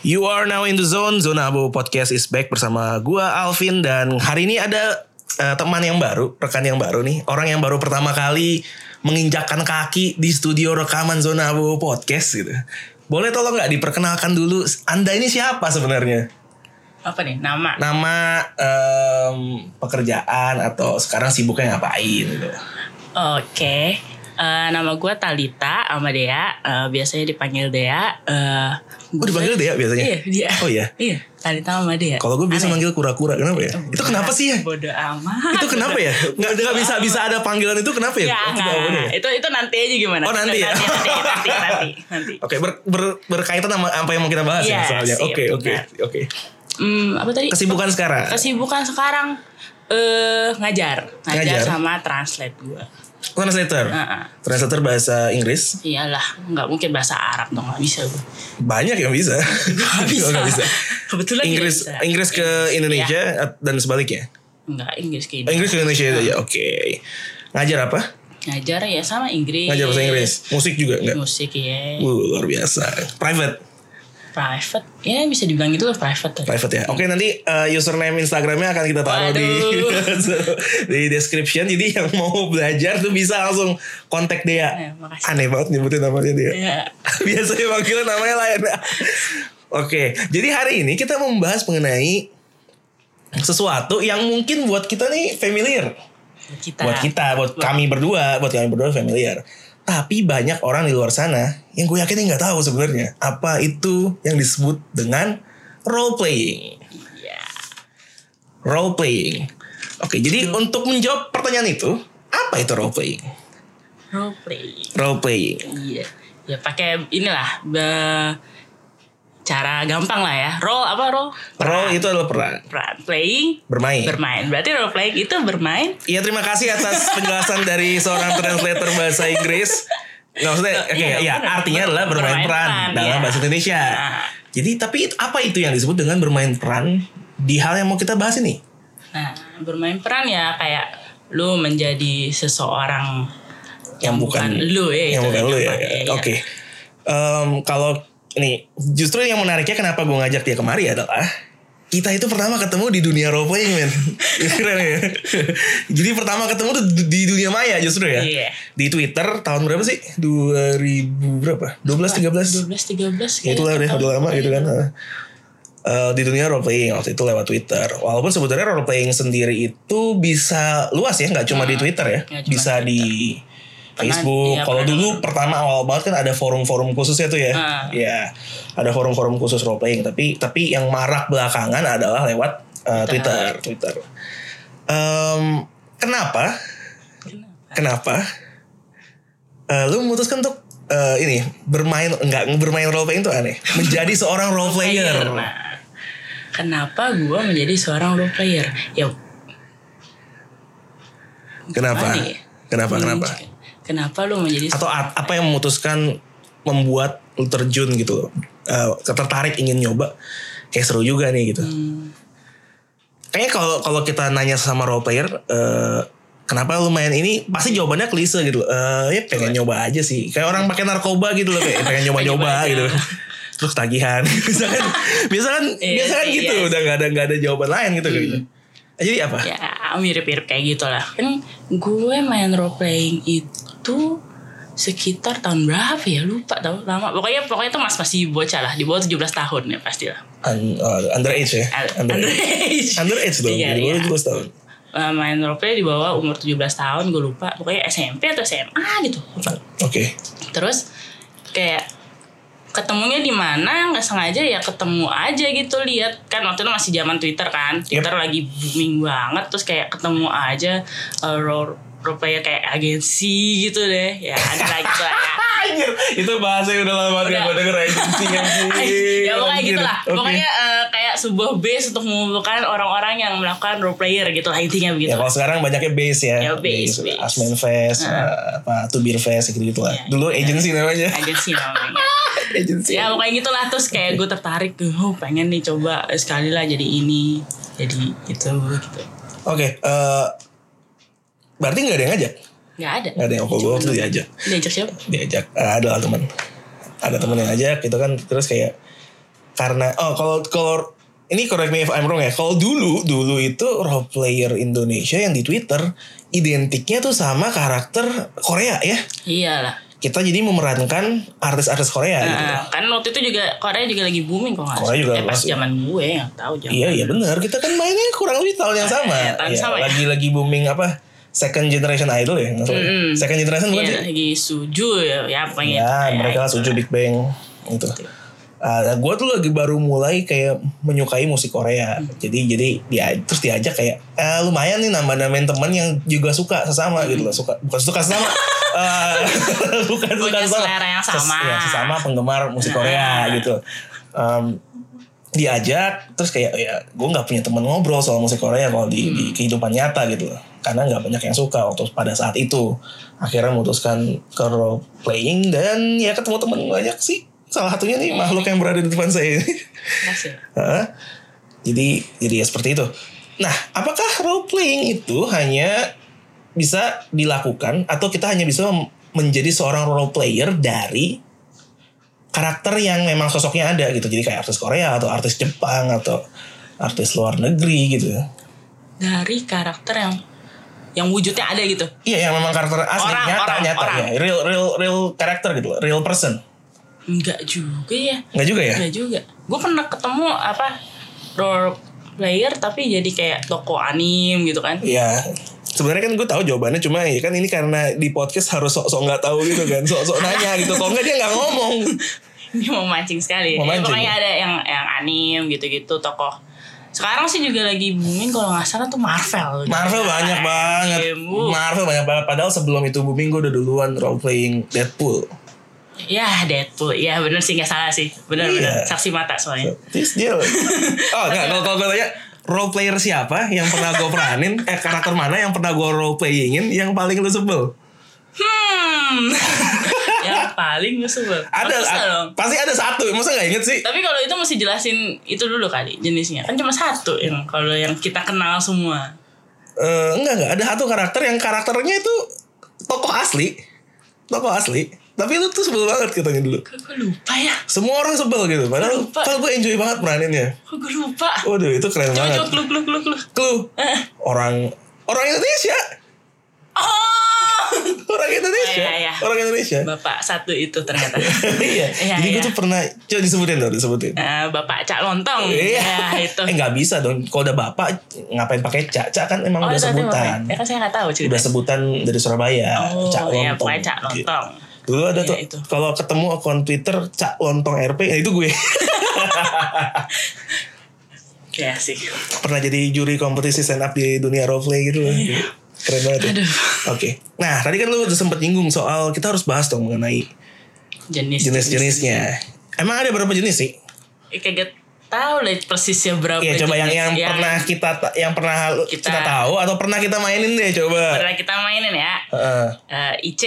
You are now in the zone. Zona Abu Podcast is back bersama gua Alvin, dan hari ini ada teman yang baru, rekan yang baru nih, orang yang baru pertama kali menginjakkan kaki di studio rekaman Zona Abu Podcast gitu. Boleh tolong nggak diperkenalkan dulu, Anda ini siapa sebenarnya? Apa nih nama? Nama, pekerjaan atau sekarang sibuknya ngapain gitu. Oke. Nama gue Talita sama Dea. Biasanya dipanggil Dea. Dipanggil Dea biasanya? Iya, Dea. Oh iya? Iya, Talita sama Dea. Kalau gue biasa manggil kura-kura, kenapa ya? Itu kenapa sih ya? Bodoh amat. Itu kenapa ya? Nggak bisa ada panggilan itu, kenapa ya? Itu nanti aja gimana? Oh nanti ya? Nanti. Oke, berkaitan sama apa yang mau kita bahas ya soalnya. Oke. Apa tadi? Kesibukan sekarang ngajar sama translate gue. Translator bahasa Inggris? Iyalah, nggak mungkin bahasa Arab dong, nggak bisa gue. Banyak yang bisa. Nggak bisa. Kebetulan Inggris ke Indonesia ya. Dan sebaliknya? Enggak, Inggris ke Indonesia. Inggris ke Indonesia aja. Oke. Ngajar apa? Ngajar ya sama Inggris. Ngajar bahasa Inggris. Musik juga enggak? Musik ya. Luar biasa. Private ya, bisa dibilang itu private ya. Oke, nanti username Instagramnya akan kita taruh di description. Jadi yang mau belajar tuh bisa langsung kontak Dea. Aneh banget nyebutin namanya Dea. Biasanya panggilan namanya lain. Oke, jadi hari ini kita membahas mengenai sesuatu yang mungkin buat kita nih familiar. Buat kami berdua familiar. Tapi banyak orang di luar sana yang gue yakin nggak tahu sebenarnya apa itu yang disebut dengan role playing. Role playing. Oke, jadi untuk menjawab pertanyaan itu, apa itu role playing? Role playing. Iya. Ya pakai inilah cara gampang lah ya. Role? Role itu adalah peran. Playing. Bermain. Berarti role playing itu bermain. Iya, terima kasih atas penjelasan dari seorang translator bahasa Inggris. Nggak maksudnya, artinya adalah bermain peran dalam bahasa Indonesia. Jadi, tapi apa itu yang disebut dengan bermain peran di hal yang mau kita bahas ini? Nah, bermain peran ya kayak lu menjadi seseorang yang bukan lu ya. Oke. Kalau ini justru yang menariknya kenapa gue ngajak dia kemari adalah kita itu pertama ketemu di dunia role playing, men. Keren ya. Jadi pertama ketemu tuh di dunia maya justru ya. Iya. Di Twitter tahun berapa sih? 2000 berapa? 12 13. Ya itulah udah lama gitu kan. Di dunia role playing waktu itu lewat Twitter. Walaupun sebetulnya role playing sendiri itu bisa luas ya, nggak cuma di Twitter ya. Bisa di Facebook. Kalau dulu pertama awal banget kan ada forum-forum khususnya tuh ya. Ya, ada forum-forum khusus role playing. Tapi yang marak belakangan adalah lewat Twitter. Kenapa? Lu memutuskan untuk bermain role playing itu aneh. Menjadi seorang role player. Nah, kenapa gue menjadi seorang role player? Ya. Kenapa? Kenapa lu menjadi atau apa yang memutuskan membuat lu terjun gitu loh, tertarik ingin nyoba, kayak seru juga nih gitu. Kayaknya kalau kita nanya sama role player, kenapa lu main ini, pasti jawabannya klise gitu. Ya pengen nyoba aja sih, kayak orang pakai narkoba gitu loh, kayak pengen nyoba gitu. Terus tagihan, biasa kan gitu, udah nggak ada jawaban lain gitu. Jadi apa? Ya mirip-mirip kayak gitu lah. Kan gue main role playing itu sekitar tahun berapa ya, lupa tau, lama. Pokoknya itu masih bocah lah, di bawah 17 tahun ya pastilah. Underage ya? Underage dong, di bawah 17 tahun. Main role play di bawah umur 17 tahun, gue lupa. Pokoknya SMP atau SMA gitu. Oke. Terus kayak ketemunya di mana, nggak sengaja ya ketemu aja gitu, lihat kan waktu itu masih zaman Twitter kan. Twitter lagi booming banget, terus kayak ketemu aja role player kayak agensi gitu deh. Ya ada lagi gitu lah ya. Anjir, itu bahasa yang udah lama gak gue denger, agensi. Ya pokoknya gitu lah. Pokoknya kayak sebuah base untuk mengumpulkan orang-orang yang melakukan role player gitu lah, intinya begitu. Ya kalau sekarang banyaknya base ya. Ya base. Asmen Fest, Tubir Fest gitu lah. Dulu agensi namanya. Agency. Ya pokoknya gitulah. Terus kayak gue tertarik tuh, pengen nih coba sekali lah jadi ini, jadi gitu. Oke, berarti nggak ada yang ngajak? Nggak ada. Nggak ada yang gue waktu diajak. Diajak siapa? Diajak, ada teman yang ngajak gitu kan, terus kayak Karena kalau ini correct me if I'm wrong ya. Kalau dulu itu role player Indonesia yang di Twitter identiknya tuh sama karakter Korea ya. Iyalah. Kita jadi memerankan artis-artis Korea gitu. Kan waktu itu juga Korea juga lagi booming kok nggak? Korea juga pas zaman gue nggak tahu zaman. Iya benar. Kita kan mainnya kurang lebih tahun yang sama. Lagi booming apa? Second generation idol ya. Second generation bukan sih? Lagi Suju ya apa gitu. Ya mereka Suju Big Bang gitu. Gue tuh lagi baru mulai kayak menyukai musik Korea. Jadi terus diajak kayak lumayan nih nambah-nambahin teman yang juga suka sesama gitu loh. Bukan suka sesama. bukan selera yang sama. Sesama penggemar musik Korea gitu. Diajak terus kayak ya gue nggak punya teman ngobrol soal musik Korea kalau di kehidupan nyata gitu loh. Karena nggak banyak yang suka waktu pada saat itu. Akhirnya memutuskan ke role playing dan ya ketemu teman banyak sih. Salah satunya nih makhluk yang berada di depan saya ini. Jadi ya seperti itu. Nah, apakah role playing itu hanya bisa dilakukan atau kita hanya bisa menjadi seorang role player dari karakter yang memang sosoknya ada gitu. Jadi kayak artis Korea atau artis Jepang atau artis luar negeri gitu. Dari karakter yang wujudnya ada gitu. Iya, yang memang karakter asli nyata ya. Real karakter gitu, real person. Enggak juga ya. Enggak juga. Gue pernah ketemu role player tapi jadi kayak toko anime gitu kan. Iya. Sebenarnya kan gue tahu jawabannya, cuma ya kan ini karena di podcast harus sok-sok nggak tahu gitu kan, sok-sok nanya gitu. Kalau nggak dia nggak ngomong. Ini mau mancing sekali. Pokoknya ada yang anime gitu-gitu tokoh. Sekarang sih juga lagi booming kalau nggak salah tuh Marvel. Marvel banyak banget. Marvel banyak banget. Padahal sebelum itu booming gue udah duluan role playing Deadpool. Ya Deadpool, ya bener sih, nggak salah sih, bener saksi mata soalnya. Terus dia, kalau gue tanya role player siapa yang pernah gue peranin, karakter mana yang pernah gue role playingin yang paling lu sebel? Yang paling lu sebel? Pasti ada satu, masa nggak inget sih? Tapi kalau itu mesti jelasin itu dulu kali jenisnya, kan cuma satu yang kalau yang kita kenal semua. Enggak ada satu karakter yang karakternya itu tokoh asli. Tapi lu tuh sebel banget katanya dulu. Gue lupa ya. Semua orang sebel gitu. Padahal gue enjoy banget meraninnya. Gue lupa. Waduh itu keren banget. Coba clue. Orang Indonesia. Orang Indonesia. Iya. Orang Indonesia. Bapak satu itu ternyata. Iya. Jadi gue tuh pernah. Coba disebutin. Bapak Cak Lontong. Iya. Itu. Gak bisa dong. Kalau udah bapak ngapain pakai Cak? Cak kan emang udah sebutan. Ya kan saya gak tahu cerita. Udah sebutan dari Surabaya. Cak Lontong. Iya pokoknya Cak Lontong. Dulu ada tuh kalau ketemu akun Twitter Cak Lontong RP, itu gue. Ya sih. Pernah jadi juri kompetisi stand up di dunia role play gitu. Keren banget ya. Oke. Nah tadi kan lu udah sempet nyinggung soal kita harus bahas dong mengenai jenis-jenisnya. Emang ada berapa jenis sih? Kagak tahu lah persisnya berapa. Iya coba yang pernah kita tahu atau pernah kita mainin deh coba. Pernah kita mainin ya. IC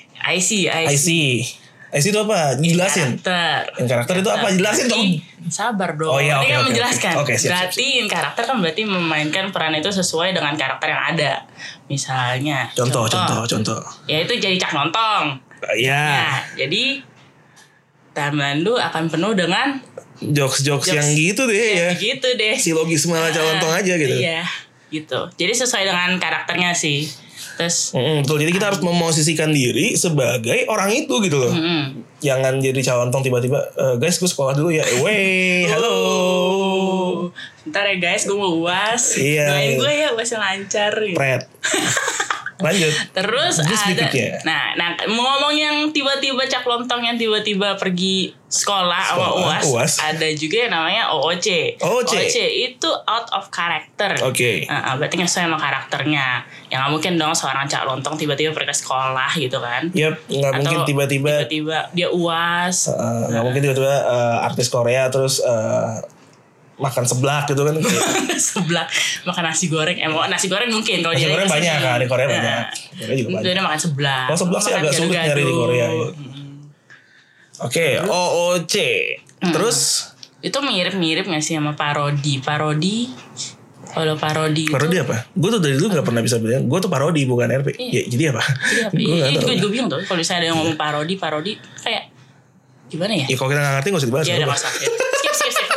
itu apa? Jelasin. Karakter itu apa? Jelasin dong. Sabar dong. Oh iya, Ini kan menjelaskan. Siap. Berarti karakter kan berarti memainkan peran itu sesuai dengan karakter yang ada. Misalnya. Contoh. Ya itu jadi Cak Lontong. Iya. Nah, jadi timeline lu akan penuh dengan jokes yang gitu deh ya. Gitu deh. Silogisme Cak Lontong aja gitu. Iya, gitu. Jadi sesuai dengan karakternya sih. Terus betul, jadi kita harus memosisikan diri sebagai orang itu gitu loh. Jangan jadi Cak Lontong tiba-tiba guys gue sekolah dulu ya. Halo. Ntar ya guys gue mau UAS. Iya. Doain gue ya UASnya lancar gitu. Pret. Lanjut. Terus ada nah ngomong yang tiba-tiba Cak Lontong yang tiba-tiba pergi sekolah sama UAS. Ada juga yang namanya OOC. OOC itu out of character. Oke. Berarti sesuai sama karakternya. Yang gak mungkin dong seorang Cak Lontong tiba-tiba pergi sekolah gitu kan. Yep, gak mungkin tiba-tiba dia UAS. Gak mungkin tiba-tiba artis Korea terus makan seblak gitu kan. Seblak makan nasi goreng. Nasi goreng mungkin kalau nasi goreng banyak kan di Korea banyak. Korea juga banyak. Dia makan seblak. Kalau seblak sih agak sulit nyari di Korea ya. Oke, OOC. Terus itu mirip-mirip gak sih sama parodi? Kalau parodi apa? Gue tuh dari dulu gak pernah bisa bilang gue tuh parodi bukan RP. Ya, jadi apa? Gue juga bingung tuh kalau misalnya ada yang ngomong parodi kayak gimana ya? Ya kalau kita gak ngerti gak usah dibahas. Iya ada masalah. Skip.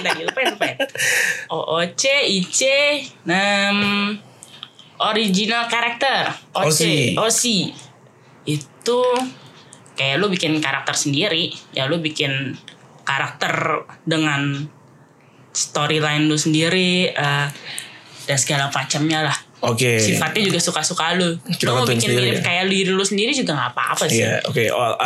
lupain. OOC, IC, original character, OC. Itu kayak lu bikin karakter sendiri, ya lu bikin karakter dengan storyline lu sendiri dan segala macamnya lah. Oke. Sifatnya juga suka-suka lu. Lu mau bikin mirip kayak diri lu sendiri juga nggak apa-apa sih. Iya, oke.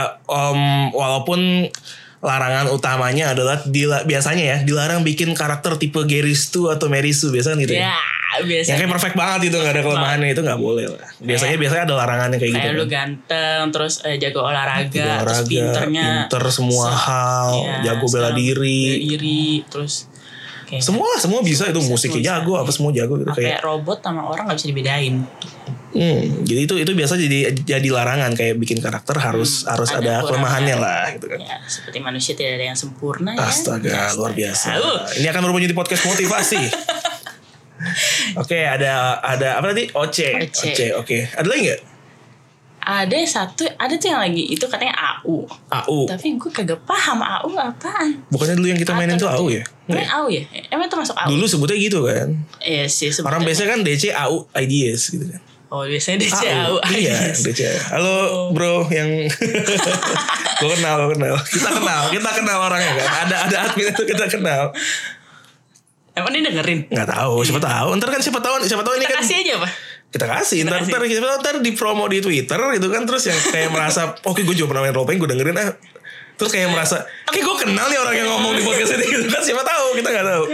Walaupun larangan utamanya adalah biasanya ya dilarang bikin karakter tipe Geristu atau Merisu biasanya gitu ya. Biasanya. Yang kayak perfect banget itu nggak ada kelemahannya itu nggak boleh lah. Biasanya ada larangannya kayak gitu. Kayak lu ganteng, terus jago olahraga, terus pinter semua hal, jago bela diri, terus kayak semua bisa itu musiknya jago apa semua jago gitu kayak robot sama orang nggak bisa dibedain. Jadi itu biasa jadi larangan kayak bikin karakter harus ada kelemahannya lah gitu kan. Ya, seperti manusia tidak ada yang sempurna. Astaga, luar biasa. Ini akan berubah jadi podcast motivasi. Oke, ada apa tadi? OC. Oke. Ada lagi nggak? Ada tuh yang lagi itu katanya AU. Tapi gue kagak paham AU apaan. Bukannya dulu yang kita mainin tuh AU ya? Main AU ya? Emang itu masuk AU? Dulu sebutnya gitu kan? Iya sih sebutnya. Orang biasanya kan DC AU IDS gitu kan. Oh biasanya DC AU. Iya DC. Halo bro yang gue kenal. Kita kenal orangnya kan. Ada admin itu kita kenal. Emang dia dengerin? Nggak tahu, siapa tahu. Ntar kan siapa tahu ini kan. Kasih aja apa? Kita kasih. Ntar di promo di Twitter gitu kan, terus yang kayak merasa, oke gue juga pernah main roleplaying, gue dengerin terus kayak merasa, kayak gue kenal nih orang yang ngomong di podcast ini gitu kan, siapa tahu, kita nggak tahu.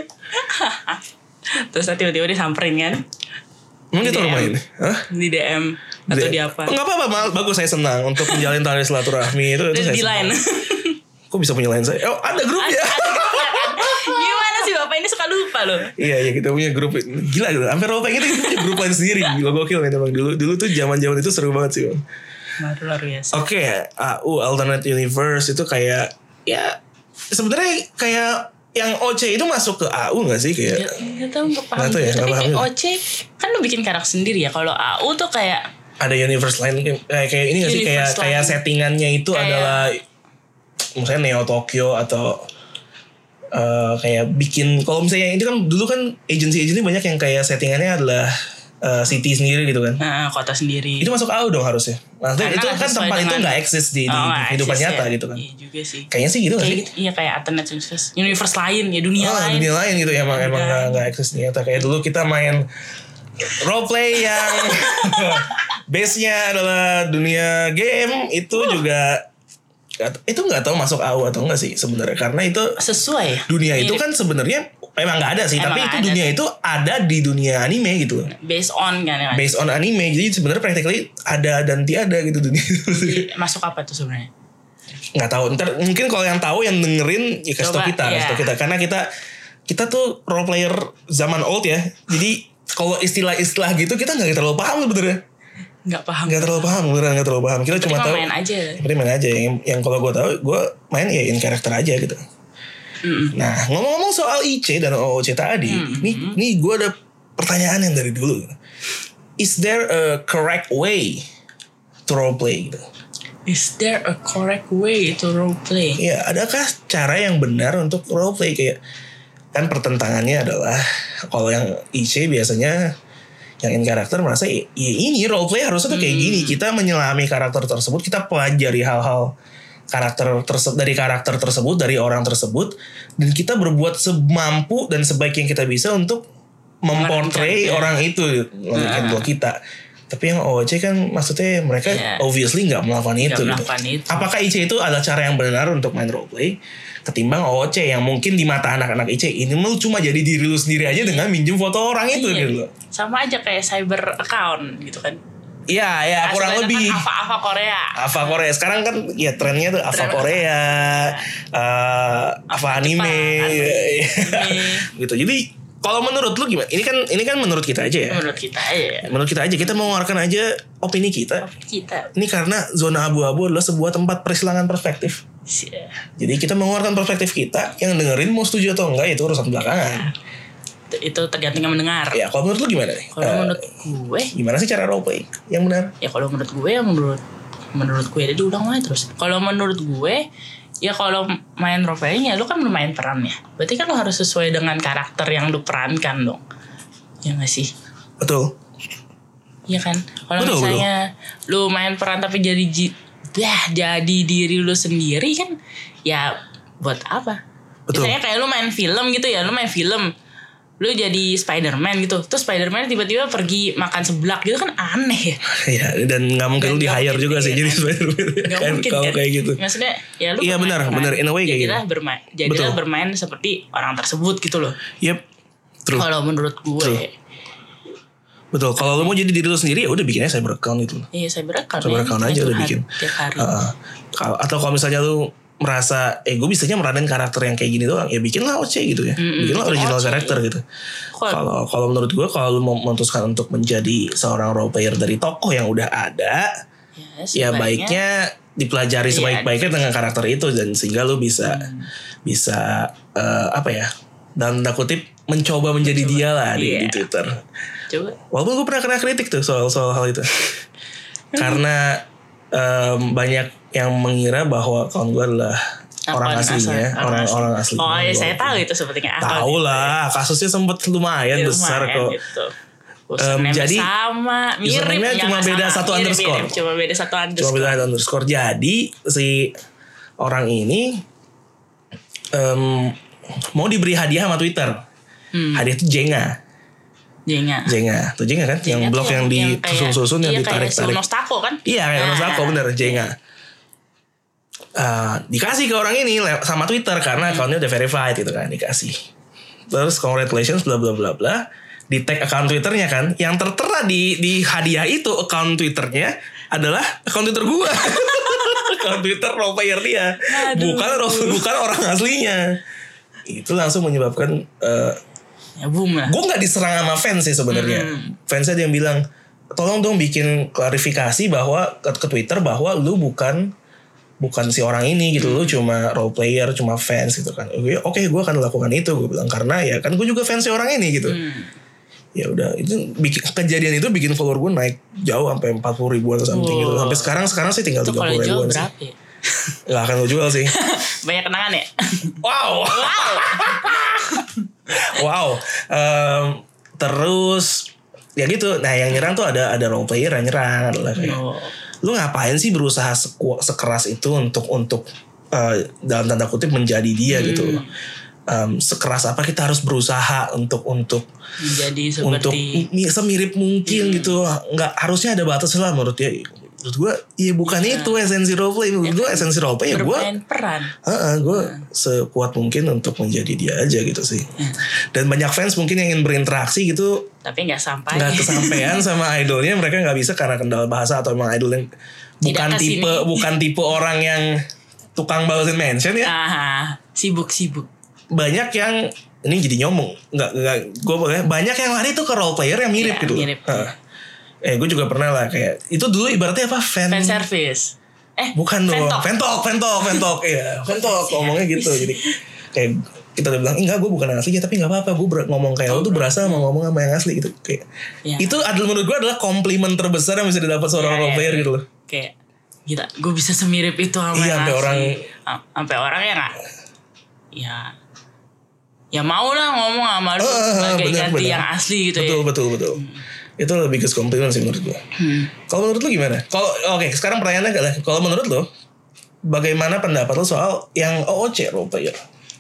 Terus tiba-tiba disamperin kan? Emang dia tahu main? Di DM atau di apa? Nggak apa-apa, bagus, saya senang untuk menjalin tali silaturahmi itu saya di line. Kok bisa punya line saya? Oh ada grupnya. Gimana sih bapak ini suka lupa loh. Iya kita punya grup. Gila gitu. Sampai roleplaying itu kita punya grup lain sendiri. Gila gokil nih bang. Dulu tuh zaman itu seru banget sih bang. Luar biasa. Oke, AU Alternate Universe itu kayak ya sebenarnya kayak yang OC itu masuk ke AU nggak sih kayak? Nggak tahu nggak paham. Ya, tapi kayak OC kan lu bikin karakter sendiri ya. Kalau AU tuh kayak ada universe lain kayak ini nggak sih kayak settingannya itu adalah misalnya Neo Tokyo atau kayak bikin kalau misalnya itu kan dulu kan agency banyak yang kayak settingannya adalah city sendiri gitu kan. Kota sendiri. Itu masuk AU dong harusnya. Maksudnya itu kan tempat itu nggak eksis di kehidupan nyata gitu kan. Iya juga sih. Kayaknya sih gitu kan sih. Iya kayak alternate universe lain ya dunia lain. Dunia lain gitu ya emang nggak eksis nyata. Kayak dulu kita main roleplay yang base-nya adalah dunia game itu juga itu nggak tahu masuk AU atau enggak sih sebenarnya karena itu sesuai dunia itu kan sebenarnya emang nggak ada sih tapi itu dunia itu ada di dunia anime gitu based on anime jadi sebenarnya practically ada dan tiada gitu dunia itu. Masuk apa tuh sebenarnya nggak tahu ntar mungkin kalau yang tahu yang dengerin ya kasih tau kita karena kita tuh role player zaman old ya jadi kalau istilah-istilah gitu kita nggak terlalu paham sebenarnya. Nggak terlalu paham. Kita cuma tahu. Main aja. Yang kalau gue tahu, gue main ya in karakter aja gitu. Nah ngomong-ngomong soal IC dan OOC tadi, nih gue ada pertanyaan yang dari dulu. Is there a correct way to roleplay? Gitu? Is there a correct way to roleplay? Ya, adakah cara yang benar untuk roleplay kayak kan pertentangannya adalah kalau yang IC biasanya yang in karakter merasa ya ini roleplay harusnya tuh kayak gini kita menyelami karakter tersebut kita pelajari hal-hal dari karakter tersebut dari orang tersebut dan kita berbuat semampu dan sebaik yang kita bisa untuk memportray orang itu membuat kita tapi yang OOC kan maksudnya mereka obviously nggak melakukan itu. Apakah IC itu adalah cara yang benar untuk main roleplay ketimbang OOC yang mungkin di mata anak-anak IC ini lu cuma jadi diri lu sendiri aja dengan minjem foto orang itu gitu loh. Sama aja kayak cyber account gitu kan. Iya kurang lebih kan Ava Korea sekarang kan ya trennya tuh Ava Korea Ava anime gitu. Jadi kalau menurut lu gimana? Ini kan menurut kita aja ya. Menurut kita aja kita mengeluarkan aja opini kita. Ini karena zona abu-abu adalah sebuah tempat persilangan perspektif. Jadi kita mengeluarkan perspektif kita, yang dengerin mau setuju atau enggak itu urusan belakangan. Itu tergantung yang mendengar. Ya, kalau menurut lu gimana nih? Kalau menurut gue, gimana sih cara roleplay yang benar? Ya kalau menurut gue, menurut gue jadi ulang aja terus. Kalau menurut gue, Ya kalau main role playing ya lu kan bermain perannya. Berarti kan lu harus sesuai dengan karakter yang lu perankan dong. Ya gak sih? Betul. Iya kan? Kalau misalnya lu main peran tapi jadi diri lu sendiri kan, ya buat apa? Betul. Misalnya kayak lu main film gitu ya, lu main film, lu jadi Spider-Man gitu, terus Spider-Man tiba-tiba pergi makan seblak gitu kan aneh ya. Iya, dan nggak mungkin lu di-hire juga sih jadi Spider-Man. Nggak mungkin kalau kan? Kayak gitu. Maksudnya ya lu. Iya benar, in a way kayak gitu. Jadilah bermain seperti orang tersebut gitu loh. Yep. True. Kalau menurut gue. True. Betul. Kalau lu mau jadi diri lu sendiri ya udah bikinnya cyber account itu. Iya, cyber account aja udah bikin. Tiap hari. Atau kalau misalnya lu merasa gue bisanya meranin karakter yang kayak gini doang, ya bikinlah OC gitu ya. Bikinlah original karakter gitu. Kalau menurut gue, kalau lu memutuskan untuk menjadi seorang role player dari tokoh yang udah ada, ya baiknya dipelajari sebaik-baiknya dengan karakter itu, dan sehingga lu bisa apa ya, dalam tanda kutip mencoba menjadi dia lah di Twitter. Coba. Walaupun gue pernah kena kritik tuh soal hal itu. Karena banyak yang mengira bahwa akun gue adalah orang aslinya, orang asli. Oh ya, saya tahu itu sepertinya. Tahu lah, kasusnya sempat lumayan besar kok. Gitu. Jadi sama, mirip, cuma beda satu underscore. Cuma beda satu underscore. Jadi si orang ini mau diberi hadiah sama Twitter. Hadiah itu Jenga tuh Jenga kan, yang blog yang disusun-susun yang ditarik-tarik. Kayak Nostako kan? Iya, kayak Nostako bener, Jenga. Dikasih ke orang ini sama Twitter karena akunnya udah verified gitu kan, dikasih. Terus congratulations bla bla bla bla. Di tag akun Twitternya kan, yang tertera di hadiah itu akun Twitternya adalah akun Twitter gua. Akun Twitter role player dia. Bukan orang aslinya. Itu langsung menyebabkan ya boom lah. Gue nggak diserang sama fans sih sebenarnya. Fansnya dia yang bilang, tolong dong bikin klarifikasi bahwa ke Twitter bahwa lu bukan si orang ini gitu, lu cuma role player, cuma fans gitu kan. Oke, gue akan lakukan itu, gue bilang, karena ya kan gue juga fans si orang ini gitu. Ya udah, itu kejadian itu bikin follower gue naik jauh sampai 40 ribuan atau something gitu. Sampai sekarang sih tinggal 30 ribuan sih. Berapa ya? Gak akan gue jual sih. Banyak kenangan ya? Wow. Terus ya gitu. Nah, yang nyerang tuh ada role player yang nyerang adalah kayak, lu ngapain sih berusaha sekeras itu untuk dalam tanda kutip menjadi dia gitu. Sekeras apa kita harus berusaha untuk menjadi seperti semirip mungkin gitu. Nggak, harusnya ada batas lah menurut dia. Menurut gue, iya bukan itu esensi roleplay. Menurut gue esensi roleplay ya gue peran. Gue sekuat mungkin untuk menjadi dia aja gitu sih. Dan banyak fans mungkin yang ingin berinteraksi gitu, tapi nggak kesampaian sama idolnya. Mereka nggak bisa karena kendala bahasa, atau emang idolnya bukan tipe orang yang tukang balesin mention ya. Sibuk. Banyak yang ini jadi nyomong. Gue banyak yang lari tuh ke role player yang mirip gitu. Mirip. Gue juga pernah lah kayak itu dulu ibaratnya apa, fan service. Bukan dong, Fantalk. Iya, Fantalk ngomongnya gitu. Jadi kayak kita udah bilang, enggak, gue bukan yang asli, tapi nggak apa-apa, gue ngomong kayak lo tuh berasa mau ngomong sama yang asli gitu. Kayak itu adalah, menurut gue adalah komplimen terbesar yang bisa didapat seorang role player gitu loh. Kayak gila, gue bisa semirip itu sama yang asli. Sampai orang yang nggak, ya mau lah ngomong sama lu sebagai ganti yang asli gitu. Betul. Itu lebih ke komplimen sih menurut gue. Kalau menurut lu gimana? Oke, sekarang pertanyaannya adalah, kalau menurut lu bagaimana pendapat lu soal yang OOC role player?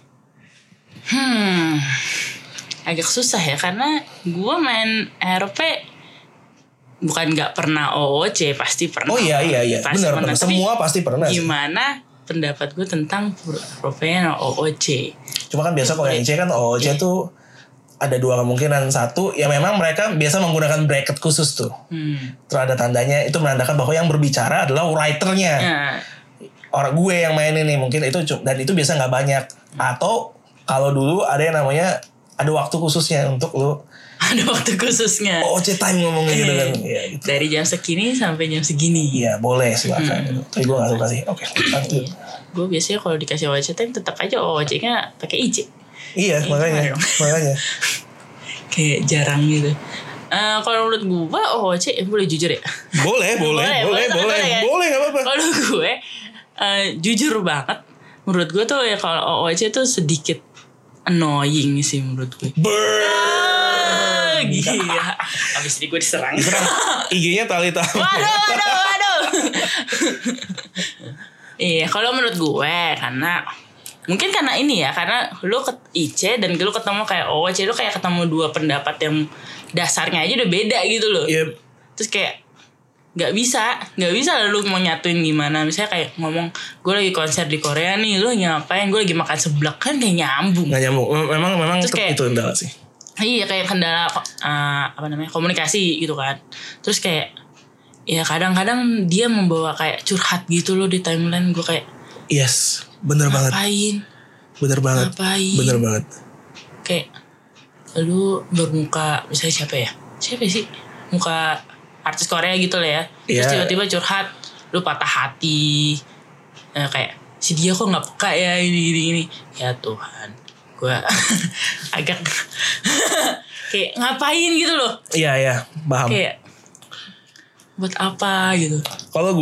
Agak susah ya, karena gue main RP bukan nggak pernah OOC, pasti pernah. Oh iya, benar. Semua pasti pernah. Gimana pendapat gue tentang role player OOC? Cuma kan biasa kalau yang C kan OOC tuh ada dua kemungkinan. Satu, ya memang mereka biasa menggunakan bracket khusus tuh. Terus ada tandanya, itu menandakan bahwa yang berbicara adalah writernya. Orang gue yang main ini mungkin itu, dan itu biasa nggak banyak. Atau kalau dulu ada yang namanya, ada waktu khususnya untuk lu. Ada waktu khususnya. OOC time ngomongnya gitu kan. Ya, gitu. Dari jam segini sampai jam segini. Iya, boleh silakan. Tapi gue nggak suka sih. Oke, lanjut. Gue biasanya kalau dikasih OOC time tetap aja OOC-nya pakai IC. Iya, makanya. Kayak jarang gitu. Kalau menurut gue OOC boleh jujur ya? Boleh, nggak apa-apa. Kalau gue jujur banget, menurut gue tuh ya kalau OOC tuh sedikit annoying sih menurut gue. Gila. Abis ini gue diserang. IG-nya Talita. Waduh. Iya, kalau menurut gue karena mungkin karena ini ya, karena lu ke IC dan lu ketemu kayak OOC, lu kayak ketemu dua pendapat yang dasarnya aja udah beda gitu loh. Yep. Terus kayak nggak bisa lu mau nyatuin gimana. Misalnya kayak ngomong gue lagi konser di Korea nih, lu ngapain, gue lagi makan seblak, kan gak nyambung. Memang kayak, itu kendala sih. Iya, kayak kendala komunikasi gitu kan. Terus kayak ya kadang-kadang dia membawa kayak curhat gitu loh di timeline. Gue kayak yes, bener banget. Bener banget. Kayak lu bermuka, misalnya siapa sih muka artis Korea gitu lah ya. Terus tiba-tiba curhat, lu patah hati. Kayak si dia kok gak peka ya ini. Ya Tuhan, gue agak kayak ngapain gitu loh. Iya, paham. Kayak buat apa gitu. Kalau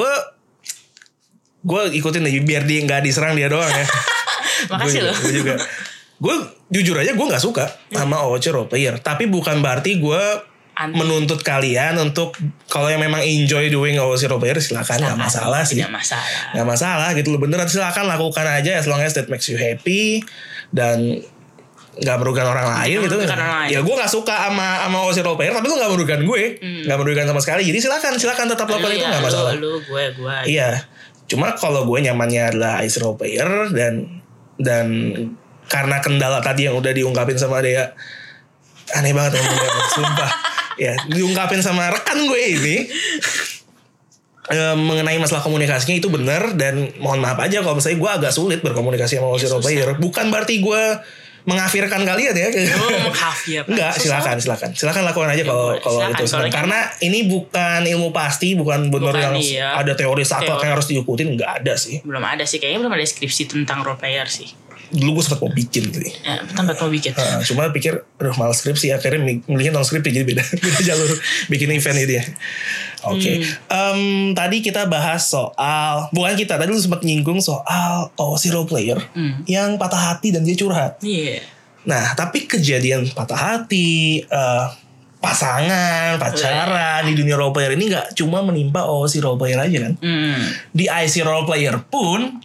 gue ikutin aja biar dia gak diserang dia doang ya. Makasih loh. Gue juga. Gue jujur aja gue gak suka sama OOC role player. Tapi bukan berarti gue menuntut kalian untuk kalau yang memang enjoy doing OOC role player silakan, nggak masalah sih. Nggak masalah gitu loh, beneran silakan lakukan aja as long as that makes you happy dan nggak merugikan orang lain gitu. Ya gue nggak suka sama OOC role player tapi lu nggak merugikan gue, nggak merugikan sama sekali. Jadi silakan tetap lakukan itu, nggak masalah. Gue. Iya, cuma kalau gue nyamannya adalah IC role player dan karena kendala tadi yang udah diungkapin sama dia, aneh banget ngomongnya, sumpah. Ya, diungkapin sama rekan gue ini mengenai masalah komunikasinya itu benar, dan mohon maaf aja kalau misalnya gue agak sulit berkomunikasi sama OOC role player. Bukan berarti gue mengkafirkan kalian ya. Menghafir. Enggak, silakan lakukan aja kalau itu senang. Karena ini bukan ilmu pasti, bukan benar yang ada teori saklek yang harus diikutin, enggak ada sih. Belum ada sih, kayaknya belum ada skripsi tentang role player sih. Dulu gue sempat mau bikin sih. Tempat mau bikin. Cuma pikir, aduh malas skripsi, akhirnya milihnya non skripsi, jadi beda jalur bikin event ini dia. Oke. Tadi kita bahas soal, tadi lu sempat nyinggung soal OOC role player yang patah hati dan dia curhat. Iya. Nah, tapi kejadian patah hati, pasangan, pacaran di dunia role player ini gak cuma menimpa OOC role player aja kan. Di IC role player pun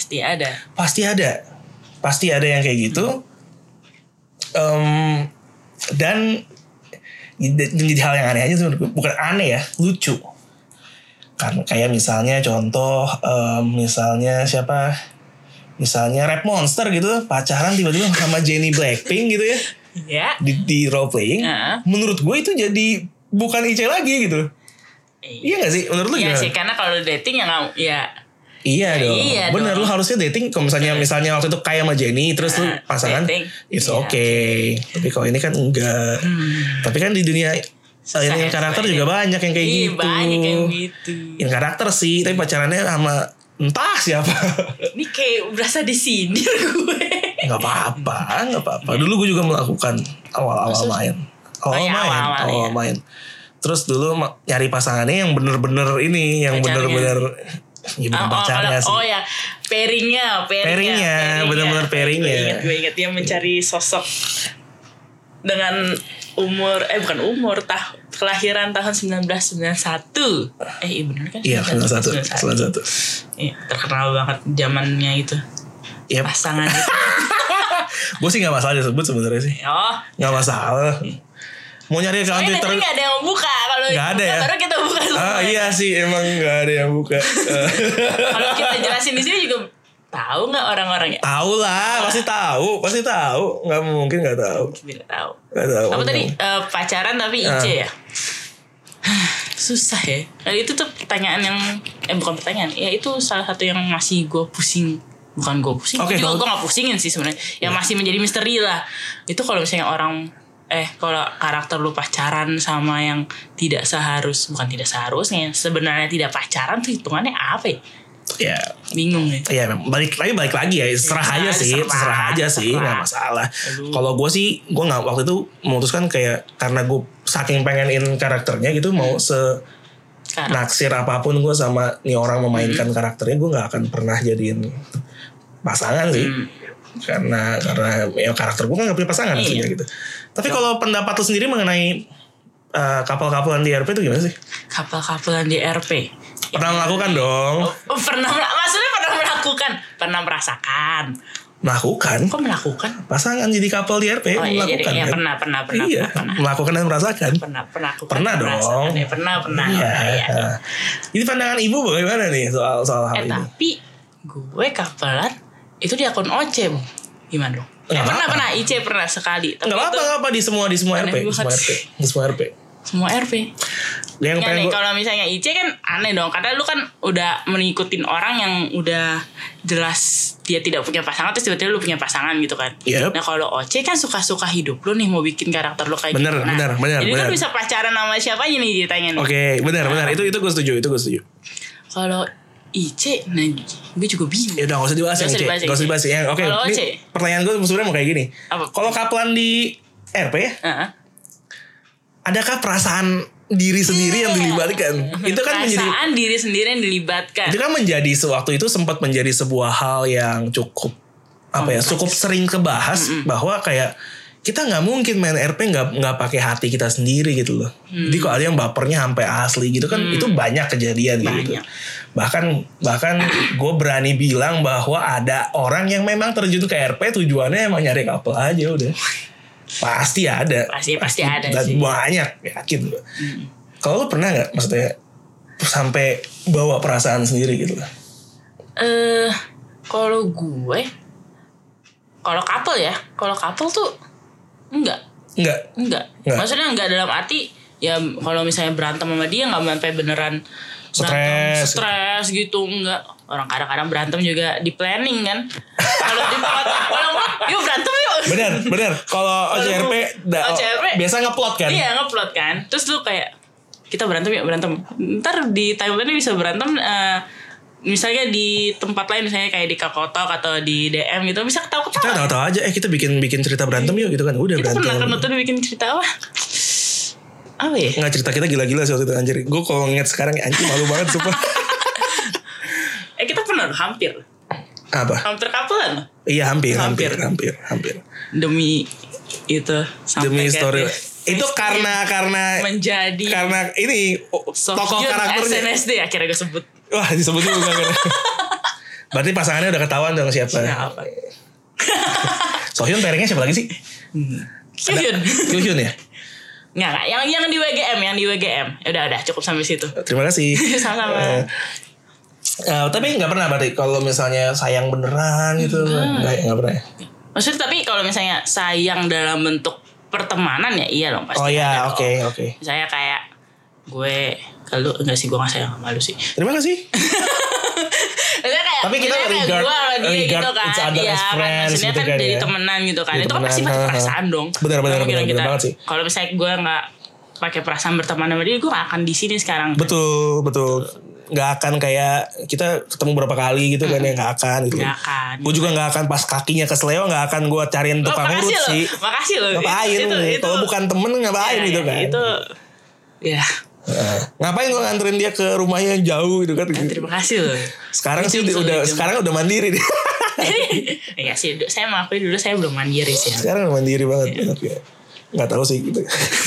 Pasti ada yang kayak gitu. Dan jadi hal yang aneh aja sebenarnya. Bukan aneh ya, lucu. Kan kayak misalnya contoh, misalnya Rap Monster gitu, pacaran tiba-tiba sama Jennie Blackpink gitu ya. Di role playing. Menurut gue itu jadi bukan IC lagi gitu. Iya gak sih? Menurut lu gimana? Iya sih, karena kalau dating Iya dong. Bener, lu harusnya dating kalau misalnya waktu itu kayak sama Jennie terus lu pasangan it's okay. Tapi kalau ini kan enggak. Tapi kan di dunia ini karakter juga banyak yang kayak gitu. Banyak yang gitu. Yang karakter sih, tapi pacarannya sama entah siapa. Ini kayak berasa disindir gue. Gak apa-apa. Dulu gue juga melakukan awal-awal main. Terus dulu nyari pasangannya yang bener-bener ini, yang bener-bener pacarnya sih. Oh ya, pairingnya, benar-benar pairingnya. Gue inget dia mencari sosok dengan kelahiran tahun 1991. Iya benar kan? Iya, 91. Iya, terkenal banget zamannya itu. Yep. Pasangan itu. Gue sih nggak masalah disebut sebenarnya sih. Nggak masalah. Mau nyari account Twitter nggak ada yang buka, kalau nggak ada ya. Baru kita buka semua. Iya sih, emang nggak ada yang buka. Kalau kita jelasin di sini juga tahu nggak orang-orangnya? Tahu lah, pasti tahu. Nggak mungkin nggak tahu. Tidak tahu. Apa tadi pacaran tapi IC ya? Susah ya. Itu tuh pertanyaan yang bukan pertanyaan. Ya itu salah satu yang masih gue pusing. Bukan gue pusing. Gue nggak pusingin sih sebenarnya. Yang masih menjadi misteri lah. Itu kalau misalnya orang kalau karakter lu pacaran sama yang bukan tidak seharusnya, sebenarnya tidak pacaran tuh hitungannya apa ya? Ya bingung ya. Iya, balik lagi ya, terserah aja sih, nggak masalah. Kalau gue sih, gue nggak waktu itu memutuskan kayak karena gue saking pengenin karakternya gitu, mau naksir apapun gue sama nih orang memainkan karakternya, gue nggak akan pernah jadiin pasangan sih. Karena ya karakter gue kan gak punya pasangan aslinya gitu. Tapi kalau pendapat lu sendiri mengenai couple-couplean di RP itu gimana sih? Couple-couplean di RP pernah melakukan dong? Maksudnya pernah melakukan? Pernah merasakan? Melakukan? Kok melakukan? Pasangan jadi couple di RP melakukan iya, kan? Pernah. Iya, melakukan dan merasakan. Pernah dong. Pernah. Iya. Jadi pandangan ibu bagaimana nih soal hal ini? Tapi gue couple-an itu di akun OC, gimana dong? Pernah IC pernah sekali. Nggak apa-apa di semua RP. Semua RP. Yang nih kalau misalnya IC kan aneh dong, karena lu kan udah mengikutin orang yang udah jelas dia tidak punya pasangan, terus tiba-tiba lu punya pasangan gitu kan. Yep. Nah kalau OC kan suka-suka hidup lu nih, mau bikin karakter lu kayak bener. Jadi kan bisa pacaran sama siapa aja nih ceritanya nih. Oke, benar. Itu gue setuju. Kalau IC, nah gue juga bingung. Ya udah gak usah dibahas ya. Oke, ini pertanyaan gue sebenarnya mau kayak gini. Kalau couple di RP ya, adakah perasaan diri sendiri yang dilibatkan? Itu kan perasaan diri sendiri yang dilibatkan. Itu kan menjadi sewaktu itu sempat menjadi sebuah hal yang cukup cukup sering kebahas bahwa kayak kita nggak mungkin main RP nggak pakai hati kita sendiri gitu loh. Jadi kalau ada yang bapernya sampai asli gitu kan itu banyak kejadian gitu. Bahkan gue berani bilang bahwa ada orang yang memang terjun ke RP tujuannya emang nyari couple aja udah. Pasti ada. Pasti ada dan sih. Banyak yakin gue. Kalau lu pernah nggak maksudnya sampai bawa perasaan sendiri gitu loh? Kalau couple tuh Enggak. Maksudnya enggak dalam arti ya kalau misalnya berantem sama dia enggak sampai beneran stres gitu, enggak. Orang kadang-kadang berantem juga di planning kan. Kalau yuk berantem yuk. Bener. Kalau OCRP biasa ngeplot kan? Iya, ngeplot kan. Terus lu kayak kita berantem. Ntar di timeline bisa berantem misalnya di tempat lain, misalnya kayak di Kakotok atau di DM gitu, bisa ketawa-ketawa. Kita tahu-tahu aja kita bikin cerita berantem yuk gitu kan. Udah kita berantem. Kita pernah nonton bikin cerita apa ya? Nggak, cerita kita gila-gila sih waktu itu anjir. Gue kalau ngeliat sekarang anjir malu banget sumpah. Kita pernah hampir. Apa? Hampir couple-an. Iya hampir. Demi story. Itu karena ini tokoh karakternya. SNSD akhirnya gue sebut. Wah disebut juga kan. Berarti pasangannya udah ketahuan dong siapa? Sohyun pairingnya siapa lagi sih? Kyuhyun ya? Nggak, yang di WGM. Udah cukup sampai situ. Terima kasih. Sama-sama. Tapi nggak pernah berarti kalau misalnya sayang beneran gitu? Nggak pernah. Maksudnya tapi kalau misalnya sayang dalam bentuk pertemanan ya iya dong pasti. Oh iya, oke. Misalnya kayak gue kalau enggak sih, gue nggak sayang sama lu sih. Terima kasih. Kayak, tapi kita regard gitu kan. each other as friends maksudnya gitu kan jadi temenan gitu kan. Itu kan pasti pakai perasaan dong. Benar banget sih. Kalau misalnya gue nggak pakai perasaan berteman sama dia, gue gak akan di sini sekarang. Betul. Nggak akan kayak kita ketemu berapa kali gitu kan ya, nggak akan gitu. Nggak akan. Gue juga nggak akan pas kakinya kesleo nggak akan gue cariin tukang urut sih. Makasih loh. Ngapain? Kalau bukan temen ngapain gitu kan? Itu ya. Ngapain gue nganterin dia ke rumahnya yang jauh gitu kan? Terima kasih loh. Sekarang sih sekarang udah mandiri dia. Iya sih, saya mengakui dulu saya belum mandiri sih. Sekarang udah mandiri banget. Nggak tahu sih gitu.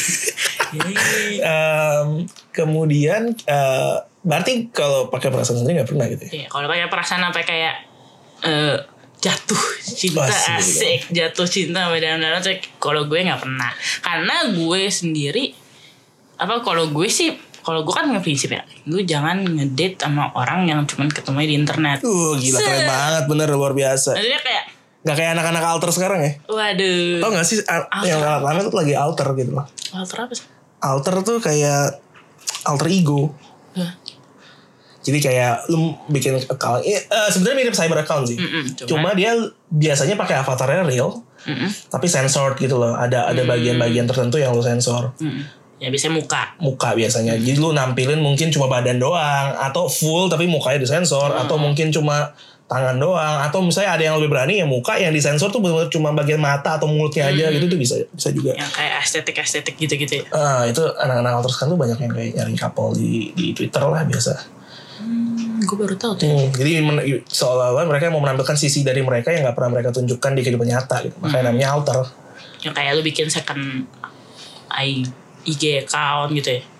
Kemudian berarti kalau pakai perasaan sendiri nggak pernah gitu ya? Iya, kalau pakai perasaan sampai kayak jatuh cinta, asik jatuh cinta sama dalam-dalam, kalau gue nggak pernah. Karena gue sendiri kalau gue kan punya prinsip ya, lu jangan ngedate sama orang yang cuma ketemu di internet. Gila keren banget, bener luar biasa. Maksudnya kayak gak kayak anak-anak alter sekarang ya? Waduh. Tau gak sih yang anak-anak tuh lagi alter gitu loh. Alter apa sih? Alter tuh kayak alter ego. Jadi kayak lu bikin account, sebenarnya mirip cyber account sih. Cuma dia biasanya pakai avatarnya real, tapi censored gitu loh. Ada bagian-bagian tertentu yang lu sensor. Ya biasanya muka biasanya. Jadi lu nampilin mungkin cuma badan doang, atau full tapi mukanya disensor, atau mungkin cuma tangan doang, atau misalnya ada yang lebih berani ya muka yang disensor tuh benar-benar cuma bagian mata atau mulutnya aja gitu tuh bisa juga. Yang kayak estetik gitu ya. Itu anak-anak alter sekarang tuh banyak yang kayak nyari couple di Twitter lah biasa. Gue baru tahu tuh. Jadi seolah-olah mereka mau menampilkan sisi dari mereka yang nggak pernah mereka tunjukkan di kehidupan nyata gitu. Makanya namanya alter. Yang kayak lu bikin second IG account gitu ya.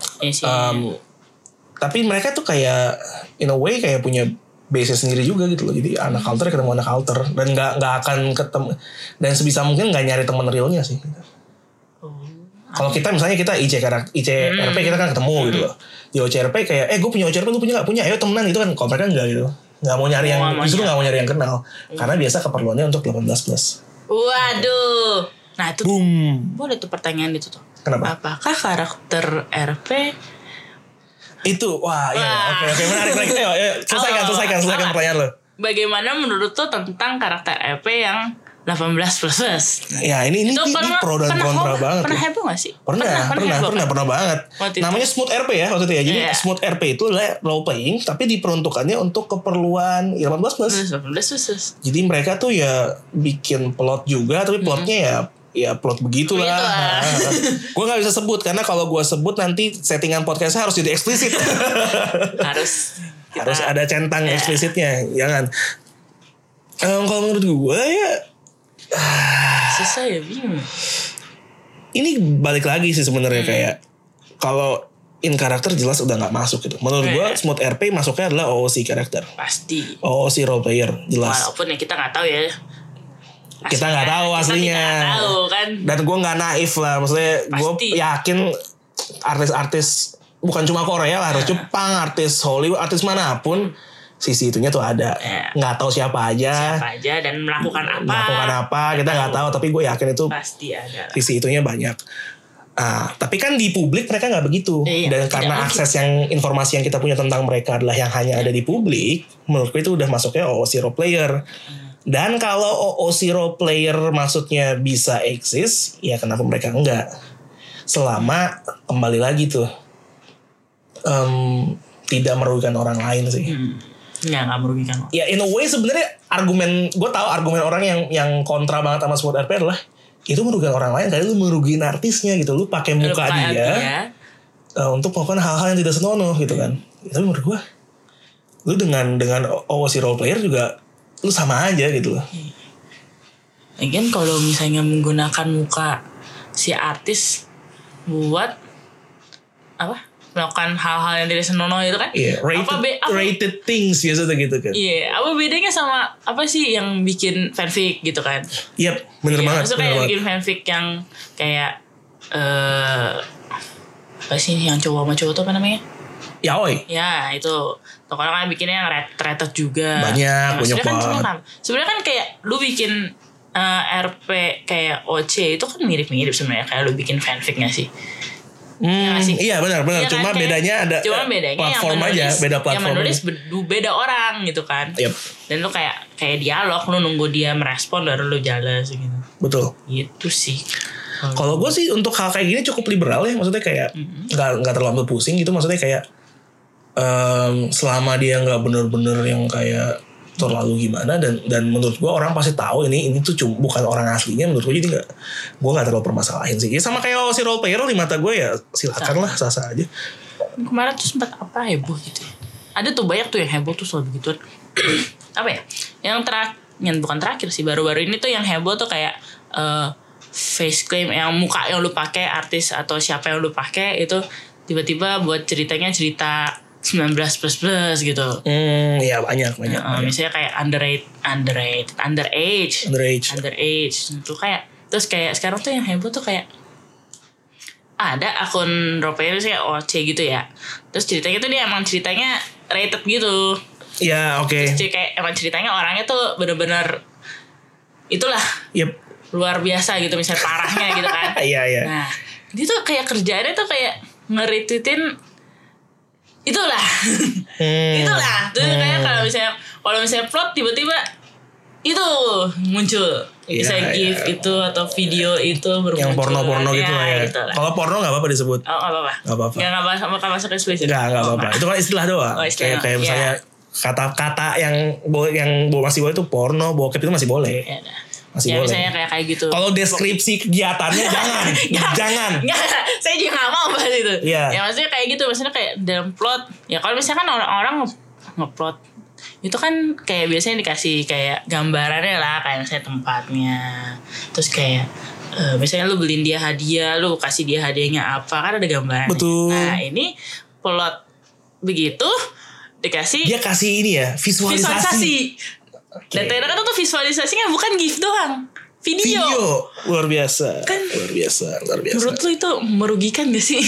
Tapi mereka tuh kayak in a way kayak punya base sendiri juga gitu loh. Jadi anak alter ketemu anak alter dan nggak akan ketemu, dan sebisa mungkin nggak nyari teman realnya sih. Kalau kita misalnya kita ICRP kita kan ketemu gitu loh. Di OCRP kayak gue punya OCRP, lu punya gak punya, ayo temenan gitu kan. Kalau mereka enggak gitu, nggak mau nyari justru nggak mau nyari yang kenal, karena biasa keperluannya untuk 18+. Waduh, nah itu boom. Boleh tuh pertanyaan itu tuh. Kenapa? Apakah karakter RP itu oke menarik. Ayo selesaikan pertanyaan lo. Bagaimana menurut tuh tentang karakter RP yang 18+? Ya ini pro dan kontra banget. Pernah heboh gak sih? Pernah banget. Namanya Smooth RP ya waktu itu ya. Jadi Smooth RP itu adalah role playing tapi diperuntukannya untuk keperluan 18+. Jadi mereka tuh ya bikin plot juga, tapi plotnya ya plot begitulah. Gue nggak bisa sebut karena kalau gue sebut nanti settingan podcastnya harus jadi eksplisit. harus ada centang eksplisitnya, jangan. Kalau menurut gue ya susah ya, bingung. Ini balik lagi sih sebenarnya kayak kalau in karakter jelas udah nggak masuk gitu. Menurut gue Smooth RP masuknya adalah OOC karakter. Pasti. OOC role player jelas. Walaupun ya kita nggak tahu ya. Kita nggak tahu aslinya. Kita nggak tahu kan. Dan gue nggak naif lah, maksudnya gue yakin artis-artis bukan cuma Korea lah, harus Jepang, artis Hollywood, artis manapun sisi itunya tuh ada. Nggak tahu siapa aja dan melakukan apa kita nggak tahu, tapi gue yakin itu pasti ada. Sisi itunya banyak. Tapi kan di publik mereka nggak begitu. Dan karena akses yang informasi yang kita punya tentang mereka adalah yang hanya ada di publik, menurutku itu udah masuknya OOC role player. Dan kalau OOC role player maksudnya bisa eksis, ya kenapa mereka enggak? Selama kembali lagi tuh tidak merugikan orang lain sih. Ya nggak merugikan. Ya in a way sebenarnya gue tahu argumen orang yang kontra banget sama Smooth RP adalah itu merugikan orang lain, karena lu merugikan artisnya gitu, lu pakai muka dia untuk melakukan hal-hal yang tidak senonoh gitu kan. Tapi menurut gue, lu dengan OOC role player juga lu sama aja gitu loh. Lagian kalau misalnya menggunakan muka si artis buat melakukan hal-hal yang tidak senonoh itu kan? Iya, rated things biasanya gitu kan. Iya, apa bedanya sama apa sih yang bikin fanfic gitu kan? Iya, bener banget. Maksudnya kayak bikin fanfic yang kayak apa sih yang cowok sama cowok tuh apa namanya? Yaoi. Ya itu. Tuh kalau kan bikinnya yang rated juga. Banyak banget. Sebenarnya kan kayak lu bikin RP kayak OC itu kan mirip-mirip sebenarnya, kayak lu bikin fanfic gak sih? Iya benar. Ya, cuma kan, bedanya ada platform aja, beda platform. Yang menulis beda orang gitu kan. Yep. Dan lu kayak dialog, lu nunggu dia merespon baru lu jalan gitu. Betul. Gitu sih. Kalau gue sih untuk hal kayak gini cukup liberal ya, maksudnya kayak nggak terlalu pusing gitu, maksudnya kayak selama dia nggak bener-bener yang kayak terlalu gimana, dan menurut gue orang pasti tahu ini tuh bukan orang aslinya, menurut gue, jadi gue nggak terlalu permasalahin sih. Ya sama kayak si role player di mata gue ya silakan lah, sah-sah aja. Kemarin tuh sempat heboh gitu ya. Ada tuh banyak tuh yang heboh tuh soal begituan. Apa ya? Yang bukan terakhir sih, baru-baru ini tuh yang heboh tuh kayak face claim yang muka yang lu pakai, artis atau siapa yang lu pakai itu tiba-tiba buat cerita 19++ gitu. Ya banyak. Misalnya kayak underage. Itu kayak terus kayak sekarang tuh yang heboh tuh kayak ada akun role-player sih OC gitu ya. Terus ceritanya tuh dia emang ceritanya rated gitu. Ya, oke. Terus kayak emang ceritanya orangnya tuh bener-bener itulah. Yep. Luar biasa gitu, misalnya parahnya gitu kan. Iya. Nah, dia tuh kayak kerjaannya tuh kayak nge-retweetin itulah. Terus kayak kalau misalnya plot tiba-tiba itu muncul. Misalnya GIF itu atau video itu bermuncul. Yang porno-porno gitu lah ya. Gitu. Kalau porno nggak apa-apa disebut. Oh, nggak apa-apa. Nggak masuk eksplisit. Nggak apa-apa. Itu kan istilah doang. Kayak misalnya kata-kata yang masih boleh itu porno, bokep itu masih boleh. Ya, masih boleh. Misalnya kayak gitu. Kalau deskripsi kegiatannya jangan. Saya juga nggak mau bahas itu. Yeah. Ya maksudnya kayak gitu, maksudnya kayak dalam plot. Ya kalau misalkan orang-orang ngeplot itu kan kayak biasanya dikasih kayak gambarannya lah, kayak misalnya tempatnya, terus kayak misalnya lu beliin dia hadiah, lu kasih dia hadiahnya apa, kan ada gambarannya. Betul. Nah ini plot begitu dikasih, dia kasih ini ya visualisasi. Dan ternyata tuh visualisasinya bukan GIF doang, video. Luar biasa kan, luar biasa. Menurut lu itu merugikan gak sih?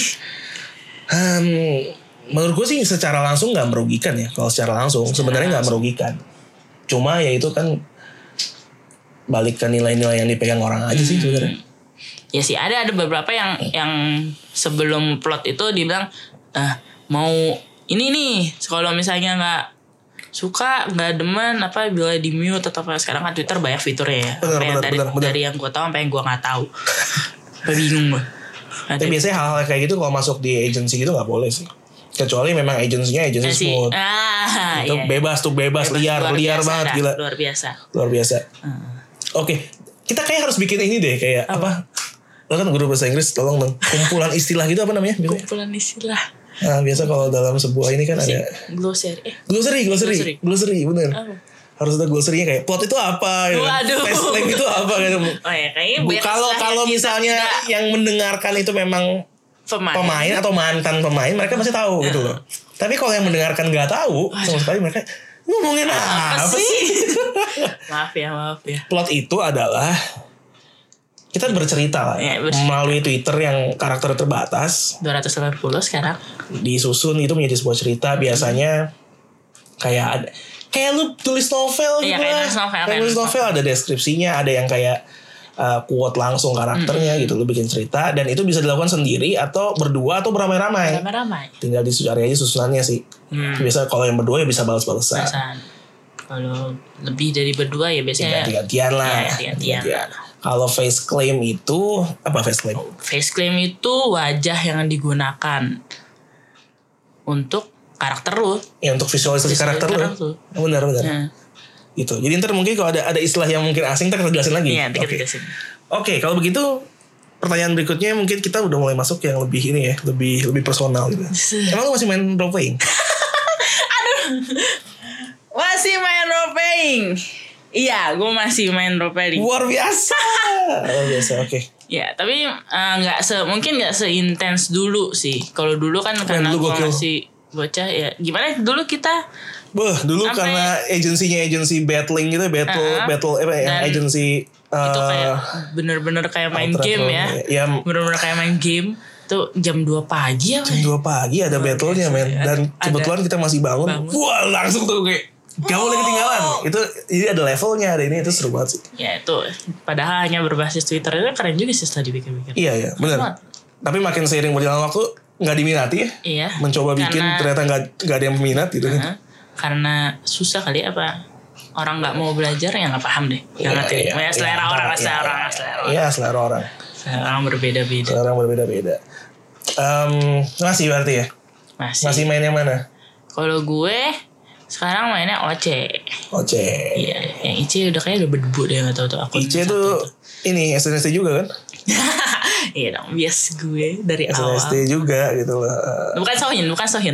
Menurut gue sih secara langsung nggak merugikan ya. Kalau secara langsung sebenarnya nggak merugikan. Cuma ya itu kan balik ke nilai-nilai yang dipegang orang aja sih sebenarnya. Ya sih ada beberapa yang sebelum plot itu dibilang mau ini nih, kalau misalnya nggak suka, nggak demen apa bila di mute atau apa. Sekarang kan Twitter banyak fiturnya ya. Benar. Dari yang gue tahu sampai yang gue nggak tahu. Bingung gue. Tapi biasanya hal-hal kayak gitu kalau masuk di agency gitu nggak boleh sih. Kecuali memang agensinya smooth. Itu iya. bebas liar banget gila. Luar biasa. Oke, kita kayak harus bikin ini deh kayak apa? Lo kan guru bahasa Inggris, tolong dong. Kumpulan istilah gitu apa namanya? Kumpulan istilah. Nah, biasa kalau dalam sebuah ini kan ada glossary, bener. Harus ada glossary-nya kayak plot itu apa ya. Flashback itu apa gitu. Oh ya, kayaknya kalau misalnya yang mendengarkan itu memang pemain atau mantan pemain, mereka pasti tahu gitu loh. Tapi kalau yang mendengarkan nggak tahu sama sekali, mereka ngomongin apa sih? Maaf ya. Plot itu adalah kita bercerita lah ya, melalui Twitter yang karakter terbatas 280 sekarang disusun itu menjadi sebuah cerita. Biasanya kayak lu tulis novel gitu lah. Kayak nulis novel ada deskripsinya, ada yang kayak quote langsung karakternya gitu, lu bikin cerita. Dan itu bisa dilakukan sendiri atau berdua atau beramai-ramai. Tinggal dicari aja susunannya sih. Biasa kalau yang berdua ya bisa balas-balasan. Kalau lebih dari berdua ya biasanya gantian lah. Kalau face claim itu apa? Face claim itu wajah yang digunakan untuk karakter lu. Ya untuk visualisasi karakter lu. Benar. Gitu. Jadi ntar mungkin kalau ada istilah yang mungkin asing ntar kita jelasin lagi. Iya, jelasin. Oke, kalau begitu pertanyaan berikutnya mungkin kita udah mulai masuk yang lebih ini ya, lebih personal gitu. Emang lu masih main role playing? Aduh. Masih main role playing. Iya, gue masih main role playing. Luar biasa, oke. Ya, tapi mungkin nggak seintens dulu sih. Kalau dulu kan karena gue masih bocah ya. Gimana dulu kita? Dulu karena agensi battling gitu, battle agensi itu kayak bener-bener kayak main game ya. Bener-bener kayak main game. Itu jam 2 pagi ya. Jam 2 pagi ada battlenya men. Dan kebetulan kita masih bangun. Wah, langsung tuh kayak gak boleh ketinggalan. Itu jadi ada levelnya, ada ini, itu seru banget sih. Ya itu padahal hanya berbasis Twitter itu keren juga sih setelah dipikir-pikir. Iya benar. Tapi makin seiring berjalan waktu nggak diminati ya. Iya. Mencoba bikin ternyata nggak ada yang minat gitu kan. Karena susah kali apa orang nggak mau belajar ya nggak paham deh. Selera orang. Iya selera orang. Selera orang berbeda-beda. Masih berarti ya. Masih main yang mana? Kalau gue sekarang mainnya OC. Iya, yang IC udah kayak udah berdebu deh, nggak tahu tuh aku. IC tuh ini SNSD juga kan? Iya dong, bias gue dari awal. SNSD juga gitu lah. Bukan Sohyun.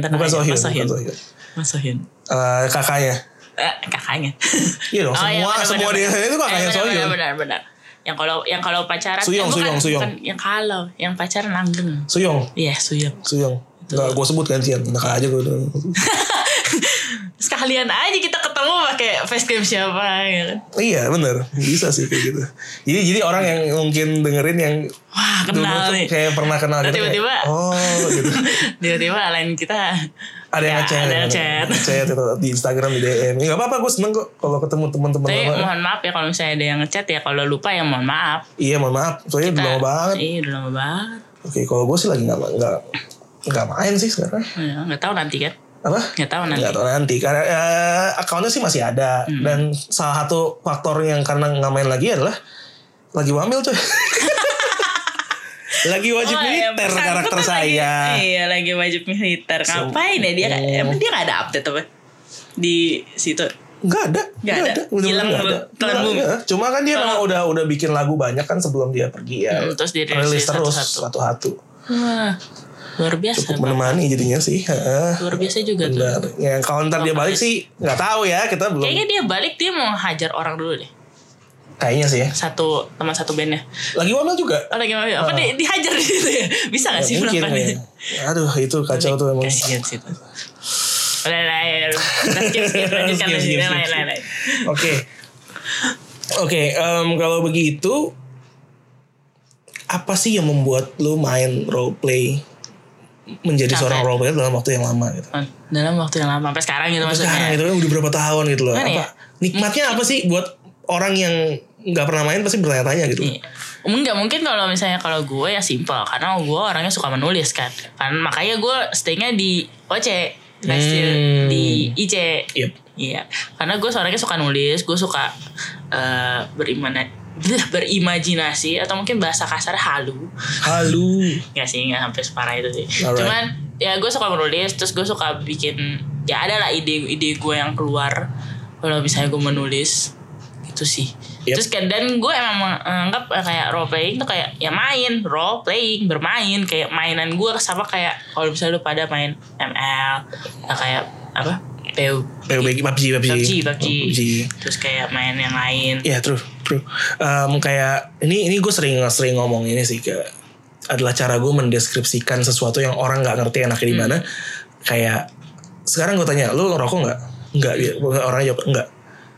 Kakaknya. Iya dong, semua dia itu kakaknya Sohyun. Benar. Yang kalau pacaran Suyong. Yang pacaran langgeng. Suyong. Iya, Suyong. Enggak gue sebut gantian, enak aja gue. Sekalian aja kita ketemu pakai facecam siapa ya kan. Iya benar, bisa sih kayak gitu. Jadi orang yang mungkin dengerin yang wah kenal nih, kayak pernah kenal gitu. Tiba-tiba gitu. Tiba-tiba lain kita ada yang ngechat itu di Instagram, di DM. Enggak apa-apa, gue seneng kok kalau ketemu teman-teman. Tapi mohon maaf ya kalau misalnya ada yang ngechat ya, kalau lupa ya mohon maaf. Iya mohon maaf, soalnya udah lama banget. Iya udah lama banget. Oke, kalau gue sih lagi nggak main sih sekarang. Ya, nggak tahu nanti kan. Apa? Nggak tahu nanti karena akunnya sih masih ada. Dan salah satu faktor yang karena nggak main lagi adalah lagi wamil coy. Lagi wajib militer karakter saya. Iya lagi wajib militer. Ngapain ya dia? Emang dia nggak ada update apa di situ? Nggak ada. Hilang telan bumi. Cuma kan dia memang udah bikin lagu banyak kan sebelum dia pergi ya. Terus dia rilis terus satu-satu. Luar biasa. Cukup menemani jadinya sih. Luar biasa juga benar. tuh. Ya kalau ntar dia balik sih nggak tahu ya, kita belum. Kayaknya dia balik dia mau hajar orang dulu deh. Kayaknya sih ya. Teman satu bandnya. Lagi mana juga? Oh lagi mana? Apa dihajar gitu ya? Bisa nggak sih mungkin ya. Aduh itu kacau tuh emang. Kasian sih tuh. Oke, kalau begitu apa sih yang membuat lu main role play menjadi seorang role player dalam waktu yang lama gitu? Dalam waktu yang lama sampai sekarang gitu maksudnya. Sekarang itu kan udah berapa tahun gitu loh. Ya? Nikmatnya apa sih buat orang yang nggak pernah main pasti bertanya-tanya gitu. Iya. Enggak mungkin kalau misalnya kalau gue ya simple karena gue orangnya suka menulis kan makanya gue stay-nya di OC di IC. Yep. Iya karena gue orangnya suka nulis, gue suka berimajinasi atau mungkin bahasa kasar halu nggak sih, nggak sampai separah itu sih. Alright. Cuman ya gue suka menulis, terus gue suka bikin ya ada lah ide gue yang keluar kalau misalnya gue menulis itu sih. Yep. Terus dan gue emang menganggap kayak role playing tuh kayak ya main role playing, bermain kayak mainan gue sama kayak kalau misalnya lu pada main ML kayak apa PUBG. Terus kayak main yang lain. Ya true. Kayak ini gue sering ngomong ini sih, ke adalah cara gue mendeskripsikan sesuatu yang orang nggak ngerti enaknya di mana. Kayak sekarang gue tanya, lu ngerokok nggak? Nggak, dia orangnya jawab nggak.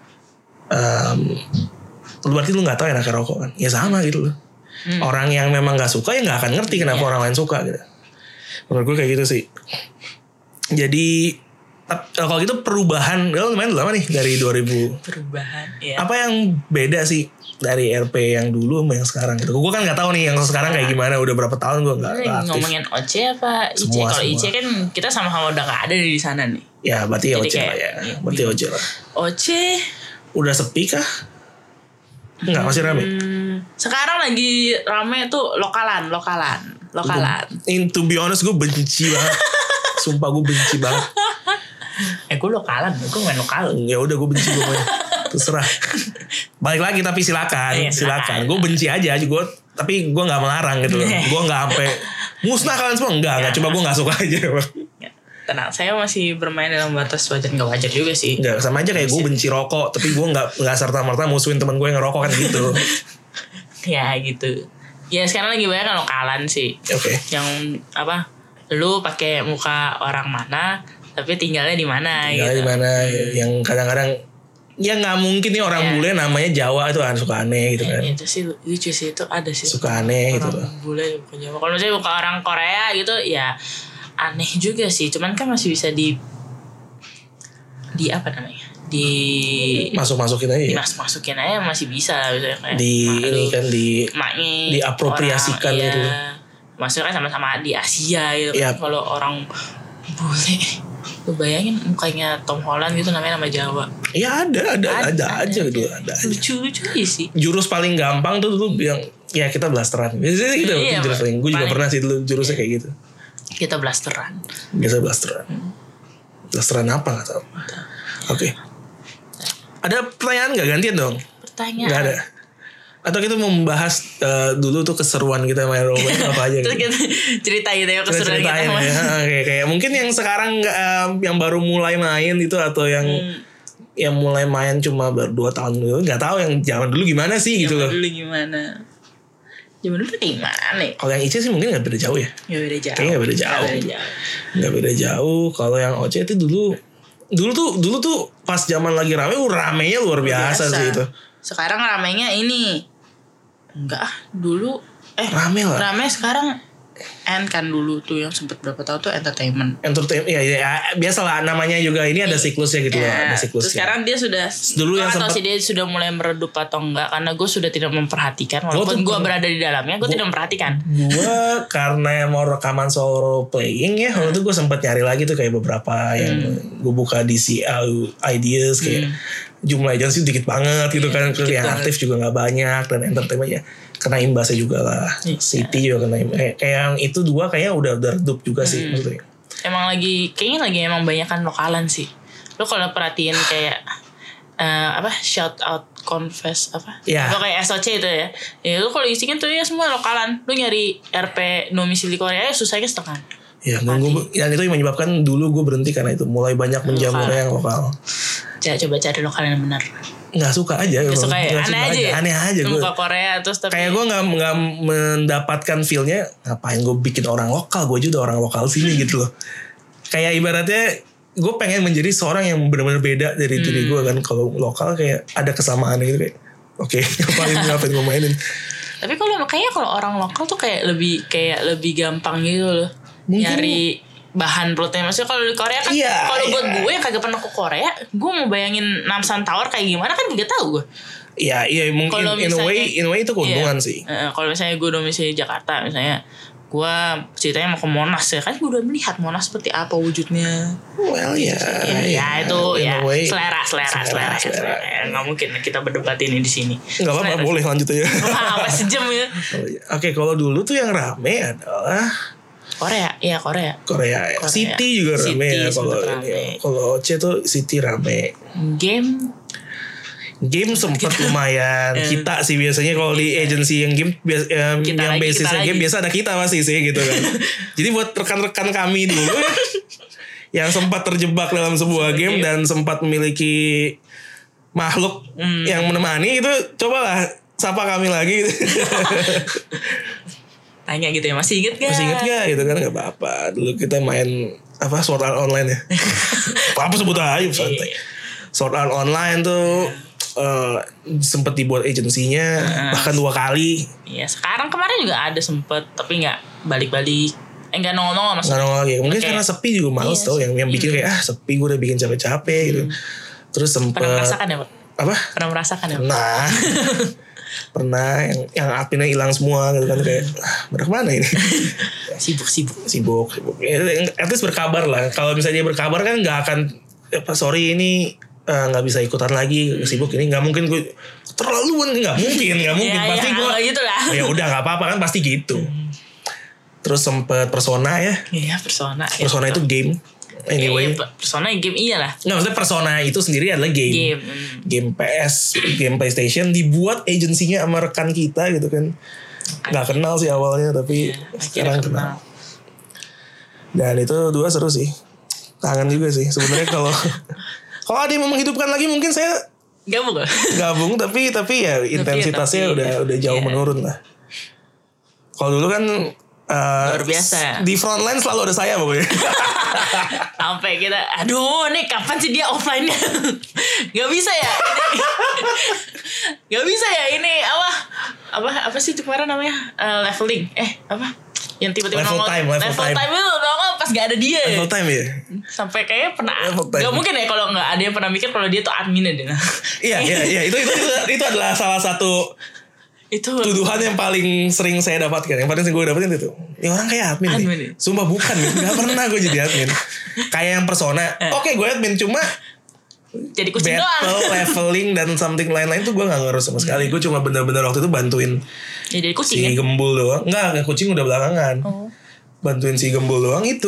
Berarti lu nggak tahu enaknya rokok kan? Ya sama gitu loh. Orang yang memang nggak suka ya nggak akan ngerti kenapa orang lain suka gitu. Menurut gue kayak gitu sih. Jadi kalau gitu perubahan, lu main lama nih dari 2000. Perubahan. Ya. Apa yang beda sih dari RP yang dulu sama yang sekarang gitu? Gue kan nggak tahu nih yang sekarang kayak gimana. Udah berapa tahun gue nggak aktif. Ngomongin OC apa IC? Kalau IC kan kita sama-sama udah nggak ada di sana nih. Ya berarti OC lah ya. Berarti OC lah. OC udah sepi kah? Enggak, masih rame. Sekarang lagi rame tuh lokalan. To be honest gue benci banget. Sumpah gue benci banget. Gue lokalan, gue main lokal. Ya udah gue benci gue main. Terserah. Balik lagi tapi silakan. Gue benci aja gue, tapi gue nggak melarang gitu loh. Gue nggak sampai musnah kalian semua, enggak. Cuma gue nggak suka aja. Tenang, saya masih bermain dalam batas wajar, nggak wajar juga sih. Nggak, sama aja kayak gue benci rokok, tapi gue nggak serta-merta musuhin teman gue yang ngerokok kan gitu. Ya gitu. Ya sekarang lagi banyak kan lokalan sih. Oke. Yang apa? Lu pakai muka orang mana, tapi tinggalnya di mana? Tinggalnya di mana? Yang kadang-kadang ya nggak mungkin nih orang bule namanya Jawa itu suka aneh gitu kan. Itu sih lucu sih, itu ada sih. Suka aneh gitu. Orang bule bukan Jawa. Kalau misalnya muka orang Korea gitu ya aneh juga sih, cuman kan masih bisa di apa namanya, masukin aja ya? masukin aja masih bisa misalnya kayak ini kan diapropriasikan gitu. Maksudnya kan sama-sama di Asia gitu. Yep. Kalau orang bule lu bayangin mukanya Tom Holland gitu namanya nama Jawa. Ya ada aja gitu, ada lucu aja sih. Jurus paling gampang tuh dulu yang ya kita blasteran biasanya gitu. Iya, jurus paling gue juga pernah sih dulu jurusnya kayak gitu. Kita blasteran. Biasa blasteran. Blasteran apa nggak tahu. Oke. Ada pertanyaan nggak, gantian dong? Pertanyaan. Nggak ada. Atau kita mau membahas dulu tuh keseruan kita main role play apa aja? Terus kita ceritain ya keseruan kita. Ya. Kayak mungkin yang sekarang yang baru mulai main itu atau yang mulai main cuma baru 2 tahun dulu, nggak tahu yang zaman dulu gimana sih gitu loh. Zaman dulu gimana? Zaman dulu gimana? Kalau yang IC sih mungkin nggak beda jauh ya. Kayaknya nggak beda jauh. Kalau yang OC itu dulu tuh pas zaman lagi ramenya luar biasa sih itu. Sekarang ramenya ini enggak dulu rame lah. Rame sekarang kan dulu tuh yang sempet berapa tahun tuh entertainment ya biasalah namanya juga ini ada siklusnya gitu lah, ada siklusnya. Terus sekarang dia sudah dulu yang sih dia sudah mulai meredup atau enggak, karena gue sudah tidak memperhatikan walaupun gue berada di dalamnya, gue tidak memperhatikan. Gue karena mau rekaman solo playing ya, waktu itu gue sempat nyari lagi tuh kayak beberapa yang gue buka di ideas kayak jumlah agensi dikit banget gitu kan, yang aktif juga nggak banyak dan entertainmentnya kena imbasnya juga lah. City juga kena kayak yang itu dua kayaknya udah redup juga sih maksudnya. Kayaknya emang banyak kan lokalan sih. Lo kalau perhatiin kayak shout out confess apa? Ya. Atau kayak SOC itu ya. Ya lu kalau isinya tuh ya semua lokalan. Lu nyari RP domisili Korea ya susahnya setengah. Ya, yang itu yang menyebabkan dulu gue berhenti karena itu mulai banyak menjamur yang lokal. Coba cari lokal yang benar. Nggak suka aja. Nggak suka ya? Aneh aja gue. Muka Korea terus tapi. Kayak gue nggak mendapatkan feelnya. Ngapain gue bikin orang lokal? Gue juga orang lokal sini gitu loh. Kayak ibaratnya gue pengen menjadi seorang yang benar-benar beda dari diri gue kan. Kalau lokal kayak ada kesamaan gitu kayak. Oke, ngapain gue mainin. Tapi kalau kayaknya kalau orang lokal tuh kayak lebih gampang gitu loh. Mungkin nyari bahan protein. Maksudnya kalau di Korea kan kalau buat gue yang kagak pernah ke Korea, gue mau bayangin Namsan Tower kayak gimana kan juga tahu gue. Iya mungkin in a way itu keuntungan sih. Kalau misalnya gue domisili Jakarta misalnya, gue ceritanya mau ke Monas ya kan gue udah melihat Monas seperti apa wujudnya. Well ya itu ya selera. Nggak mungkin kita berdebat ini di sini. Nggak apa-apa, boleh lanjut aja. Apa sejam ya. Oke, kalau dulu tuh yang rame adalah Korea. City juga rame ya kalau OC tuh City rame. Game sempat lumayan. Kita sih biasanya kalau di agency yang game yang basisnya game biasa ada kita pasti sih gitu kan. Jadi buat rekan-rekan kami dulu yang sempat terjebak dalam sebuah game dan sempat memiliki makhluk yang menemani itu, cobalah sapa kami lagi. Tanya gitu ya, masih inget gak gitu kan. Gak apa-apa, dulu kita main Sword Art Online ya. Apa sebut aja santai. Sword Art Online tuh sempet dibuat agensinya bahkan 2 kali. Iya, sekarang kemarin juga ada sempet tapi nggak balik-balik. Enggak nongol maksudnya. Nggak nongol lagi. Mungkin karena sepi juga males tau. Yang bikin kayak sepi, gue udah bikin capek-capek gitu. Terus sempet. Pernah merasakan ya Pak? Apa? Pernah merasakan ya Pak? Nah. Pernah yang adminnya hilang semua gitu kan, kayak bener kemana ini. Sibuk. At least berkabar lah. Kalau misalnya dia berkabar kan nggak akan sorry ini nggak bisa ikutan lagi, sibuk ini, nggak mungkin gue terlalu, nggak mungkin pasti gue gitu lah. Ya udah nggak apa-apa kan, pasti gitu. Terus sempet Persona ya. Iya, Persona itu game. Anyway, Persona game iyalah. Nggak, maksudnya Persona itu sendiri adalah game. Game PS, game PlayStation, dibuat agensinya sama rekan kita gitu kan. Nggak kenal sih awalnya, tapi sekarang kenal. Dan itu 2 seru sih. Kangen juga sih sebenarnya. Kalau ada yang mau menghidupkan lagi mungkin saya gabung tapi ya intensitasnya udah jauh menurun lah. Kalau dulu kan luar biasa. Di front line selalu ada saya pokoknya. Sampai kita, aduh nih kapan sih dia offline-nya? Gak bisa ya. Gak bisa ya ini apa sih itu kemarin namanya leveling. Apa? Yang tiba-tiba level time itu nongol pas gak ada dia. Level time ya. Sampai kayaknya pernah. Gak mungkin ya kalau gak ada yang pernah mikir kalau dia tuh adminnya deh. Iya. Itu adalah salah satu tuduhan yang paling sering saya dapatkan. Yang paling sering gue dapetin itu, ini orang kayak admin nih. Sumpah bukan nih. Gak pernah gue jadi admin. Kayak yang Persona. Oke, gue admin, cuma jadi kucing doang. Battle, leveling dan something lain-lain tuh gue gak ngurus sama sekali. Gue cuma bener-bener waktu itu bantuin jadi kucing si Gembul doang. Enggak, kucing udah belakangan. Bantuin si Gembul doang itu.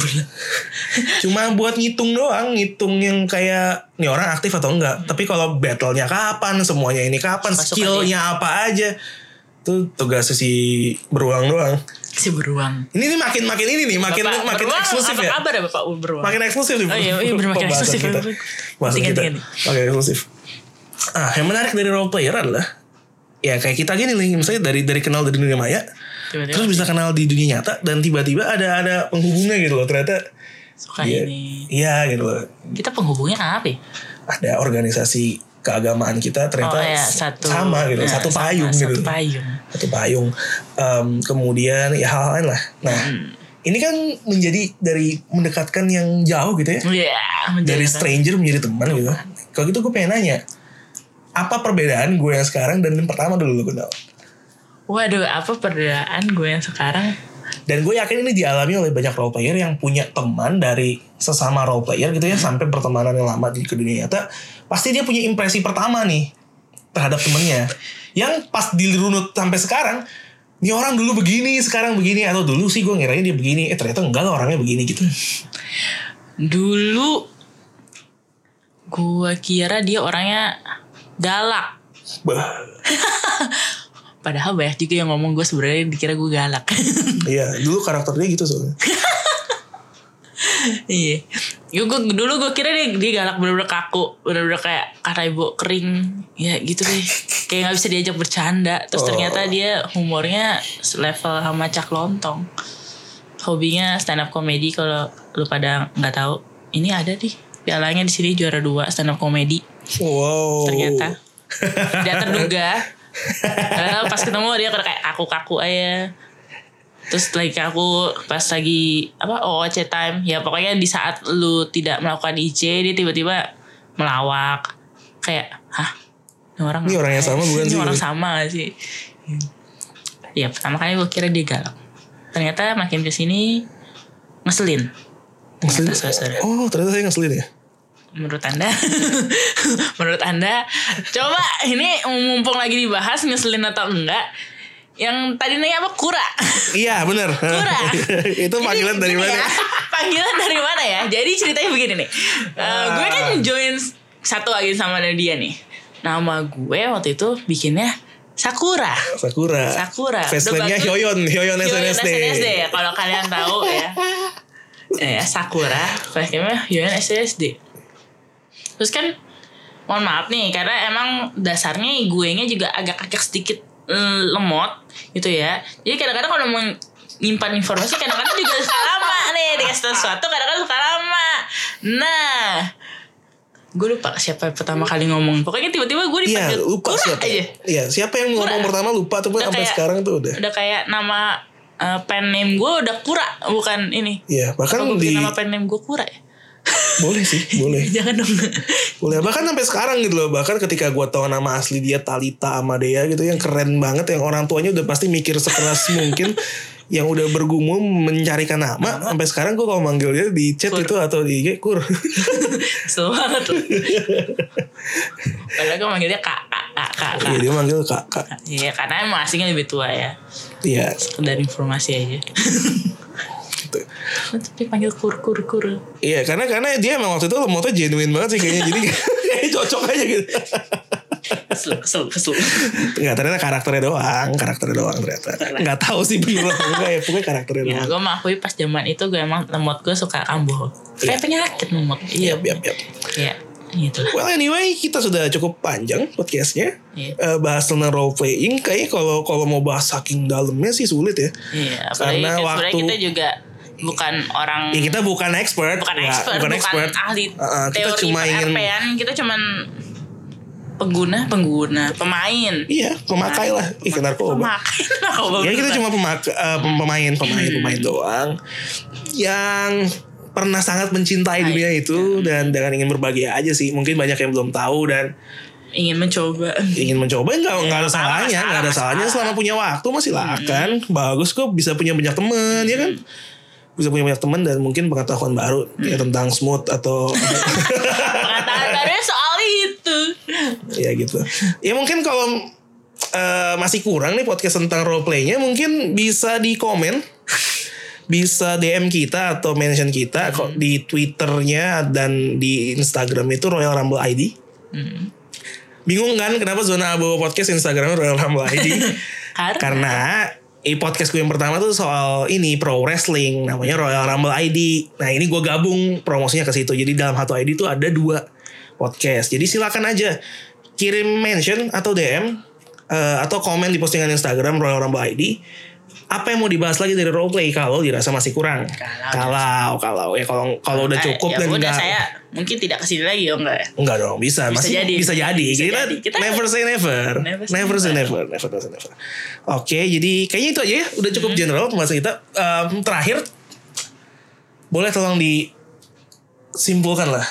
Cuma buat ngitung doang. Ngitung yang kayak nih orang aktif atau enggak. Tapi kalau battle-nya kapan, semuanya ini kapan, skill-nya apa aja, itu tugasnya si Beruang doang. Si Beruang. Ini makin eksklusif ya. Apa kabar ya Bapak Beruang? Makin eksklusif nih. Oh iya, makin eksklusif. Maksud kita. Makin eksklusif. Yang menarik dari role player adalah ya kayak kita gini nih, misalnya dari kenal dari dunia maya, terus bisa kenal di dunia nyata, dan tiba-tiba ada penghubungnya gitu loh. Ternyata suka ini. Iya gitu loh. Kita penghubungnya apa ya? Ada organisasi keagamaan kita ternyata sama gitu, satu payung. Satu payung. Kemudian ya hal lain lah. Nah, ini kan menjadi dari mendekatkan yang jauh gitu ya. Dari stranger menjadi teman gitu. Kalau gitu gue pengen nanya, apa perbedaan gue yang sekarang dan yang pertama dulu lo kenal? Waduh, apa perbedaan gue yang sekarang? Dan gue yakin ini dialami oleh banyak role player yang punya teman dari sesama role player gitu ya, sampai pertemanan yang lama di dunia nyata. Pasti dia punya impresi pertama nih terhadap temennya, yang pas dirunut sampai sekarang, ini orang dulu begini, sekarang begini, atau dulu sih gue ngirain dia begini, ternyata enggak loh orangnya begini gitu. Dulu gue kira dia orangnya galak. Padahal banyak juga yang ngomong gue sebenarnya dikira gue galak. Iya, dulu karakternya gitu soalnya. Iya. Dulu gue kira dia galak, bener-bener kaku, bener-bener kayak karaibo kering, ya gitu deh. Kayak nggak bisa diajak bercanda. Terus ternyata dia humornya selevel sama Cak Lontong. Hobinya stand up comedy. Kalau lu pada nggak tahu, ini ada nih pialanya di sini, juara 2 stand up comedy. Wow. Ternyata tidak terduga. Pas ketemu dia kayak kaku-kaku aja. Terus lagi aku pas lagi OOC time, ya pokoknya di saat lu tidak melakukan IC, dia tiba-tiba melawak kayak, hah, ini orang yang sama bukan sih? Ini orang sama gak sih? Ya pertama kali gue kira dia galak, ternyata makin kesini ngeselin. Oh ternyata saya ngeselin ya. Menurut anda coba ini mumpung lagi dibahas ngeselin atau enggak. Yang tadi nanya apa? Kura. Iya benar. Kura. Itu panggilan dari mana? Ya, panggilan dari mana ya? Jadi ceritanya begini nih. Gue kan join satu lagi sama dia nih. Nama gue waktu itu bikinnya Sakura. Faceliftnya Hyoyeon SNSD ya. Kalau kalian tahu ya. Sakura. Faceliftnya Hyoyeon SNSD. Terus kan, mohon maaf nih, karena emang dasarnya gue nya juga agak sedikit lemot gitu ya. Jadi kadang-kadang kalau mau nyimpan informasi kadang-kadang juga suka lama nih dikasih sesuatu, kadang-kadang suka lama. Nah, gue lupa siapa pertama kali ngomong. Pokoknya tiba-tiba gue dipanggil lupa Kura siapa aja. Iya, siapa yang ngomong pertama lupa tuh sampai sekarang tuh udah. Udah kayak nama pen name gue udah Kura, bukan ini. Iya, bahkan di nama pen name gue Kura ya. Boleh sih, boleh. Jangan dong. Boleh, bahkan sampai sekarang gitu loh. Bahkan ketika gue tahu nama asli dia Talita Amadea gitu, yang keren banget, yang orang tuanya udah pasti mikir sekeras mungkin, yang udah bergumul mencarikan nama. Sampai sekarang gue kalau manggil dia di chat itu atau di IG, Kur. Kesel banget loh. Padahal gue manggil dia kak. Iya, dia manggil kak. Iya, karena emang aslinya lebih tua ya. Iya. Sekedar informasi aja. Tapi panggil kur. Iya, karena dia emang waktu itu lemotnya genuine banget sih kayaknya. Jadi kayak cocok aja gitu. Kesel. Enggak, ternyata karakternya doang ternyata. Enggak tahu sih bener apa enggak ya, pokoknya karakternya doang. Ya, gue mengakui pas zaman itu gue emang lemot gue suka kambuh. Kayak penyakit lemot. Iya. Iya. Gitu. Well anyway, kita sudah cukup panjang podcastnya. Bahas tentang role playing. Kayaknya kalau mau bahas saking dalamnya sih sulit ya. Iya. Karena waktu kita juga bukan orang. Ya, kita bukan expert. Bukan ahli teori kita cuma ingin. Kita cuman pengguna, pemain. Iya, pemakai lah. Narkoba. Ya kita cuma pemain doang yang pernah sangat mencintai dunia itu dan dengan ingin berbagi aja sih. Mungkin banyak yang belum tahu dan ingin mencoba nggak ada salahnya selama punya waktu masih silakan. Bagus kok, bisa punya banyak teman ya kan, bisa punya banyak teman dan mungkin pengetahuan baru ya tentang smooth atau pengetahuan baru soal itu ya gitu ya. Mungkin kalau masih kurang nih podcast tentang role playnya, mungkin bisa di komen, bisa DM kita atau mention kita kok di Twitternya dan di Instagram itu Royal Rumble ID. Bingung kan kenapa Zona Abu Podcast Instagramnya Royal Rumble ID? Karena podcast gue yang pertama tuh soal ini pro wrestling, namanya Royal Rumble ID. Nah ini gue gabung promosinya ke situ. Jadi dalam satu ID tuh ada 2 podcast. Jadi silakan aja kirim mention atau DM atau komen di postingan Instagram Royal Rumble ID. Apa yang mau dibahas lagi dari roleplay kalau dirasa masih kurang? Kalau udah cukup ya dan enggak, saya mungkin tidak kesini lagi ya enggak? Enggak dong, bisa jadi. Kita never say never. Never say never. Oke, jadi kayaknya itu aja ya. Udah cukup general pembahasan kita. Terakhir, boleh tolong disimpulkan lah.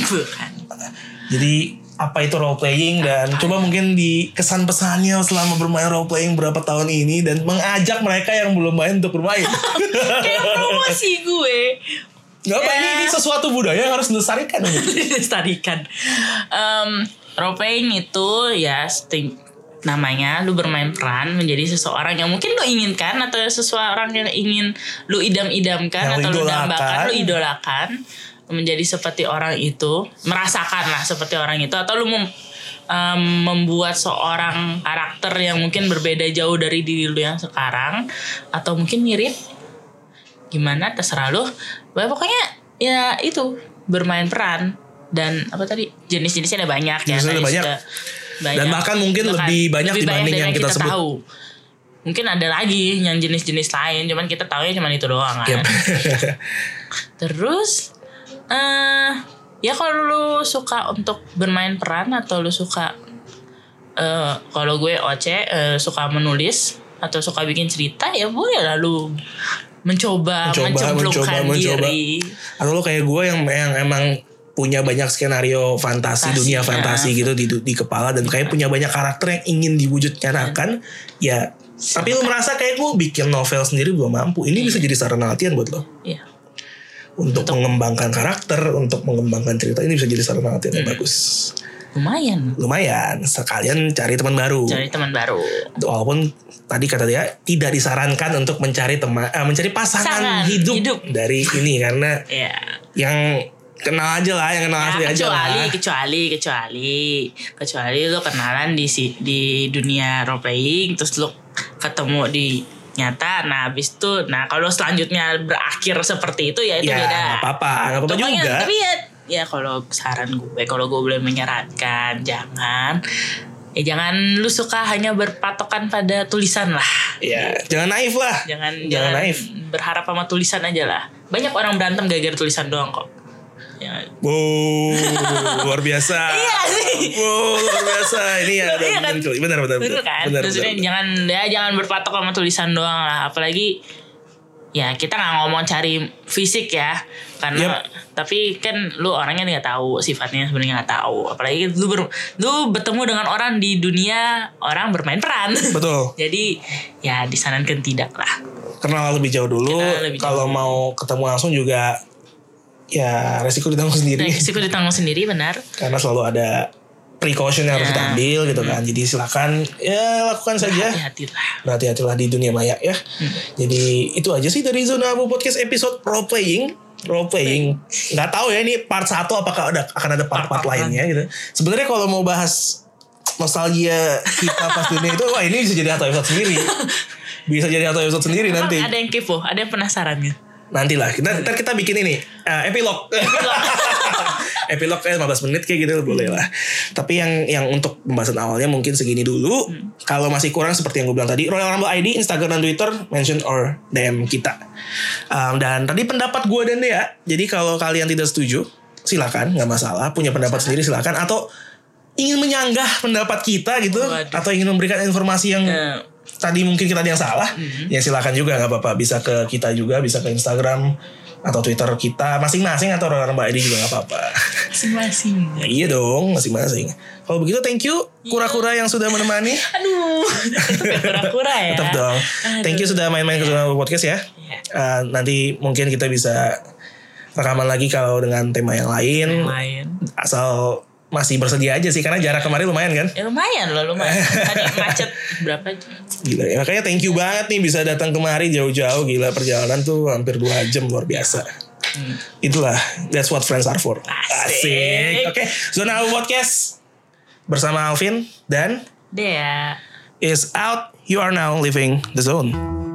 Jadi apa itu role playing dan coba mungkin di kesan pesannya selama bermain role playing berapa tahun ini dan mengajak mereka yang belum main untuk bermain. Kayak promosi gue. Gak apa, ini sesuatu budaya yang harus dilestarikan. Dilestarikan. Role playing itu ya namanya lu bermain peran menjadi seseorang yang mungkin lu inginkan atau seseorang yang ingin lu idam-idamkan atau lu dambakan, lu idolakan. Menjadi seperti orang itu, merasakan lah seperti orang itu, atau lu membuat seorang karakter yang mungkin berbeda jauh dari diri lu yang sekarang atau mungkin mirip, gimana terserah lu. Pokoknya ya itu bermain peran. Dan apa tadi, jenis-jenisnya ada banyak ya. Ada banyak. Dan bahkan mungkin lebih banyak dibanding yang kita sebut. Tahu. Mungkin ada lagi yang jenis-jenis lain, cuman kita tahu ya cuman itu doang kan. Yep. Terus ya kalau lu suka untuk bermain peran atau lu suka kalau gue Oce suka menulis atau suka bikin cerita, ya boleh lah lu mencoba diri. Atau lu kayak gue yang emang punya banyak skenario fantasi, dunia fantasi gitu di kepala, dan kayak punya banyak karakter yang ingin diwujud nyatakan, ya tapi lu merasa kayak gue bikin novel sendiri belum mampu. Ini bisa jadi sarana latihan buat lo. Iya. Untuk mengembangkan karakter, untuk mengembangkan cerita, ini bisa jadi sarana latihan yang bagus. Lumayan. Sekalian cari teman baru. Walaupun tadi kata dia tidak disarankan untuk mencari pasangan hidup dari ini, karena yang kenal aja lah, yang kenal asli aja lah. Kecuali lo kenalan di dunia role playing, terus lo ketemu di nyata. Nah habis itu, kalau selanjutnya berakhir seperti itu ya itu beda. Gak apa-apa juga. Tapi ya kalau saran gue, kalau gue boleh menyarankan, jangan lu suka hanya berpatokan pada tulisan lah. Iya, jangan naif lah. Jangan naif. Berharap sama tulisan aja lah. Banyak orang berantem gara-gara tulisan doang kok. Ya. Wow, luar biasa. Iya sih. Wow, luar biasa. Ini ya. Benar. Maksudnya jangan berpatok sama tulisan doang lah. Apalagi ya kita nggak ngomong cari fisik ya, karena tapi kan lu orangnya nggak tahu, sifatnya sebenarnya nggak tahu. Apalagi lu bertemu dengan orang di dunia orang bermain peran. Betul. Jadi ya disarankan tidak lah. Kenal lebih jauh dulu. Kalau mau ketemu langsung juga ya resiko ditanggung sendiri. Benar. Karena selalu ada precaution yang harus kita ambil gitu kan. Jadi silakan ya lakukan saja. Berhati-hatilah di dunia maya ya. Jadi itu aja sih dari Zona Abu Podcast episode role playing. Nggak tahu ya ini part 1 apakah akan ada part lainnya gitu. Sebenarnya kalau mau bahas nostalgia kita pas dunia itu, wah ini bisa jadi satu episode sendiri. Nanti. Ada yang kepo, ada yang penasaran gitu. Nantilah ntar kita bikin ini epilog 15 menit kayak gitu boleh lah. Tapi yang untuk pembahasan awalnya mungkin segini dulu. Kalau masih kurang seperti yang gue bilang tadi, Royal Rumble ID Instagram dan Twitter, mention or DM kita. Dan tadi pendapat gue dan Dea. Jadi kalau kalian tidak setuju silakan, nggak masalah. Punya pendapat sendiri silakan, atau ingin menyanggah pendapat kita gitu, atau ingin memberikan informasi yang tadi mungkin kita ada yang salah, ya silakan juga, nggak apa-apa. Bisa ke kita juga, bisa ke Instagram atau Twitter kita masing-masing, atau Mbak Edi juga nggak apa-apa. Masing-masing. Ya, iya dong, masing-masing. Kalau begitu thank you kura-kura yang sudah menemani. Aduh, kura-kura ya. Tetap dong. Thank you sudah main-main ke Zona Podcast ya. Nanti mungkin kita bisa rekaman lagi kalau dengan tema yang lain. Asal masih bersedia aja sih, karena jarak kemarin lumayan kan? Ya lumayan. Tadi macet berapa jam? Gila ya, makanya thank you banget nih bisa datang kemari jauh-jauh. Gila, perjalanan tuh hampir 2 jam, luar biasa. Itulah, that's what friends are for. Asik. Oke, Zona Abu Podcast bersama Alvin dan Dea is out. You are now leaving the zone.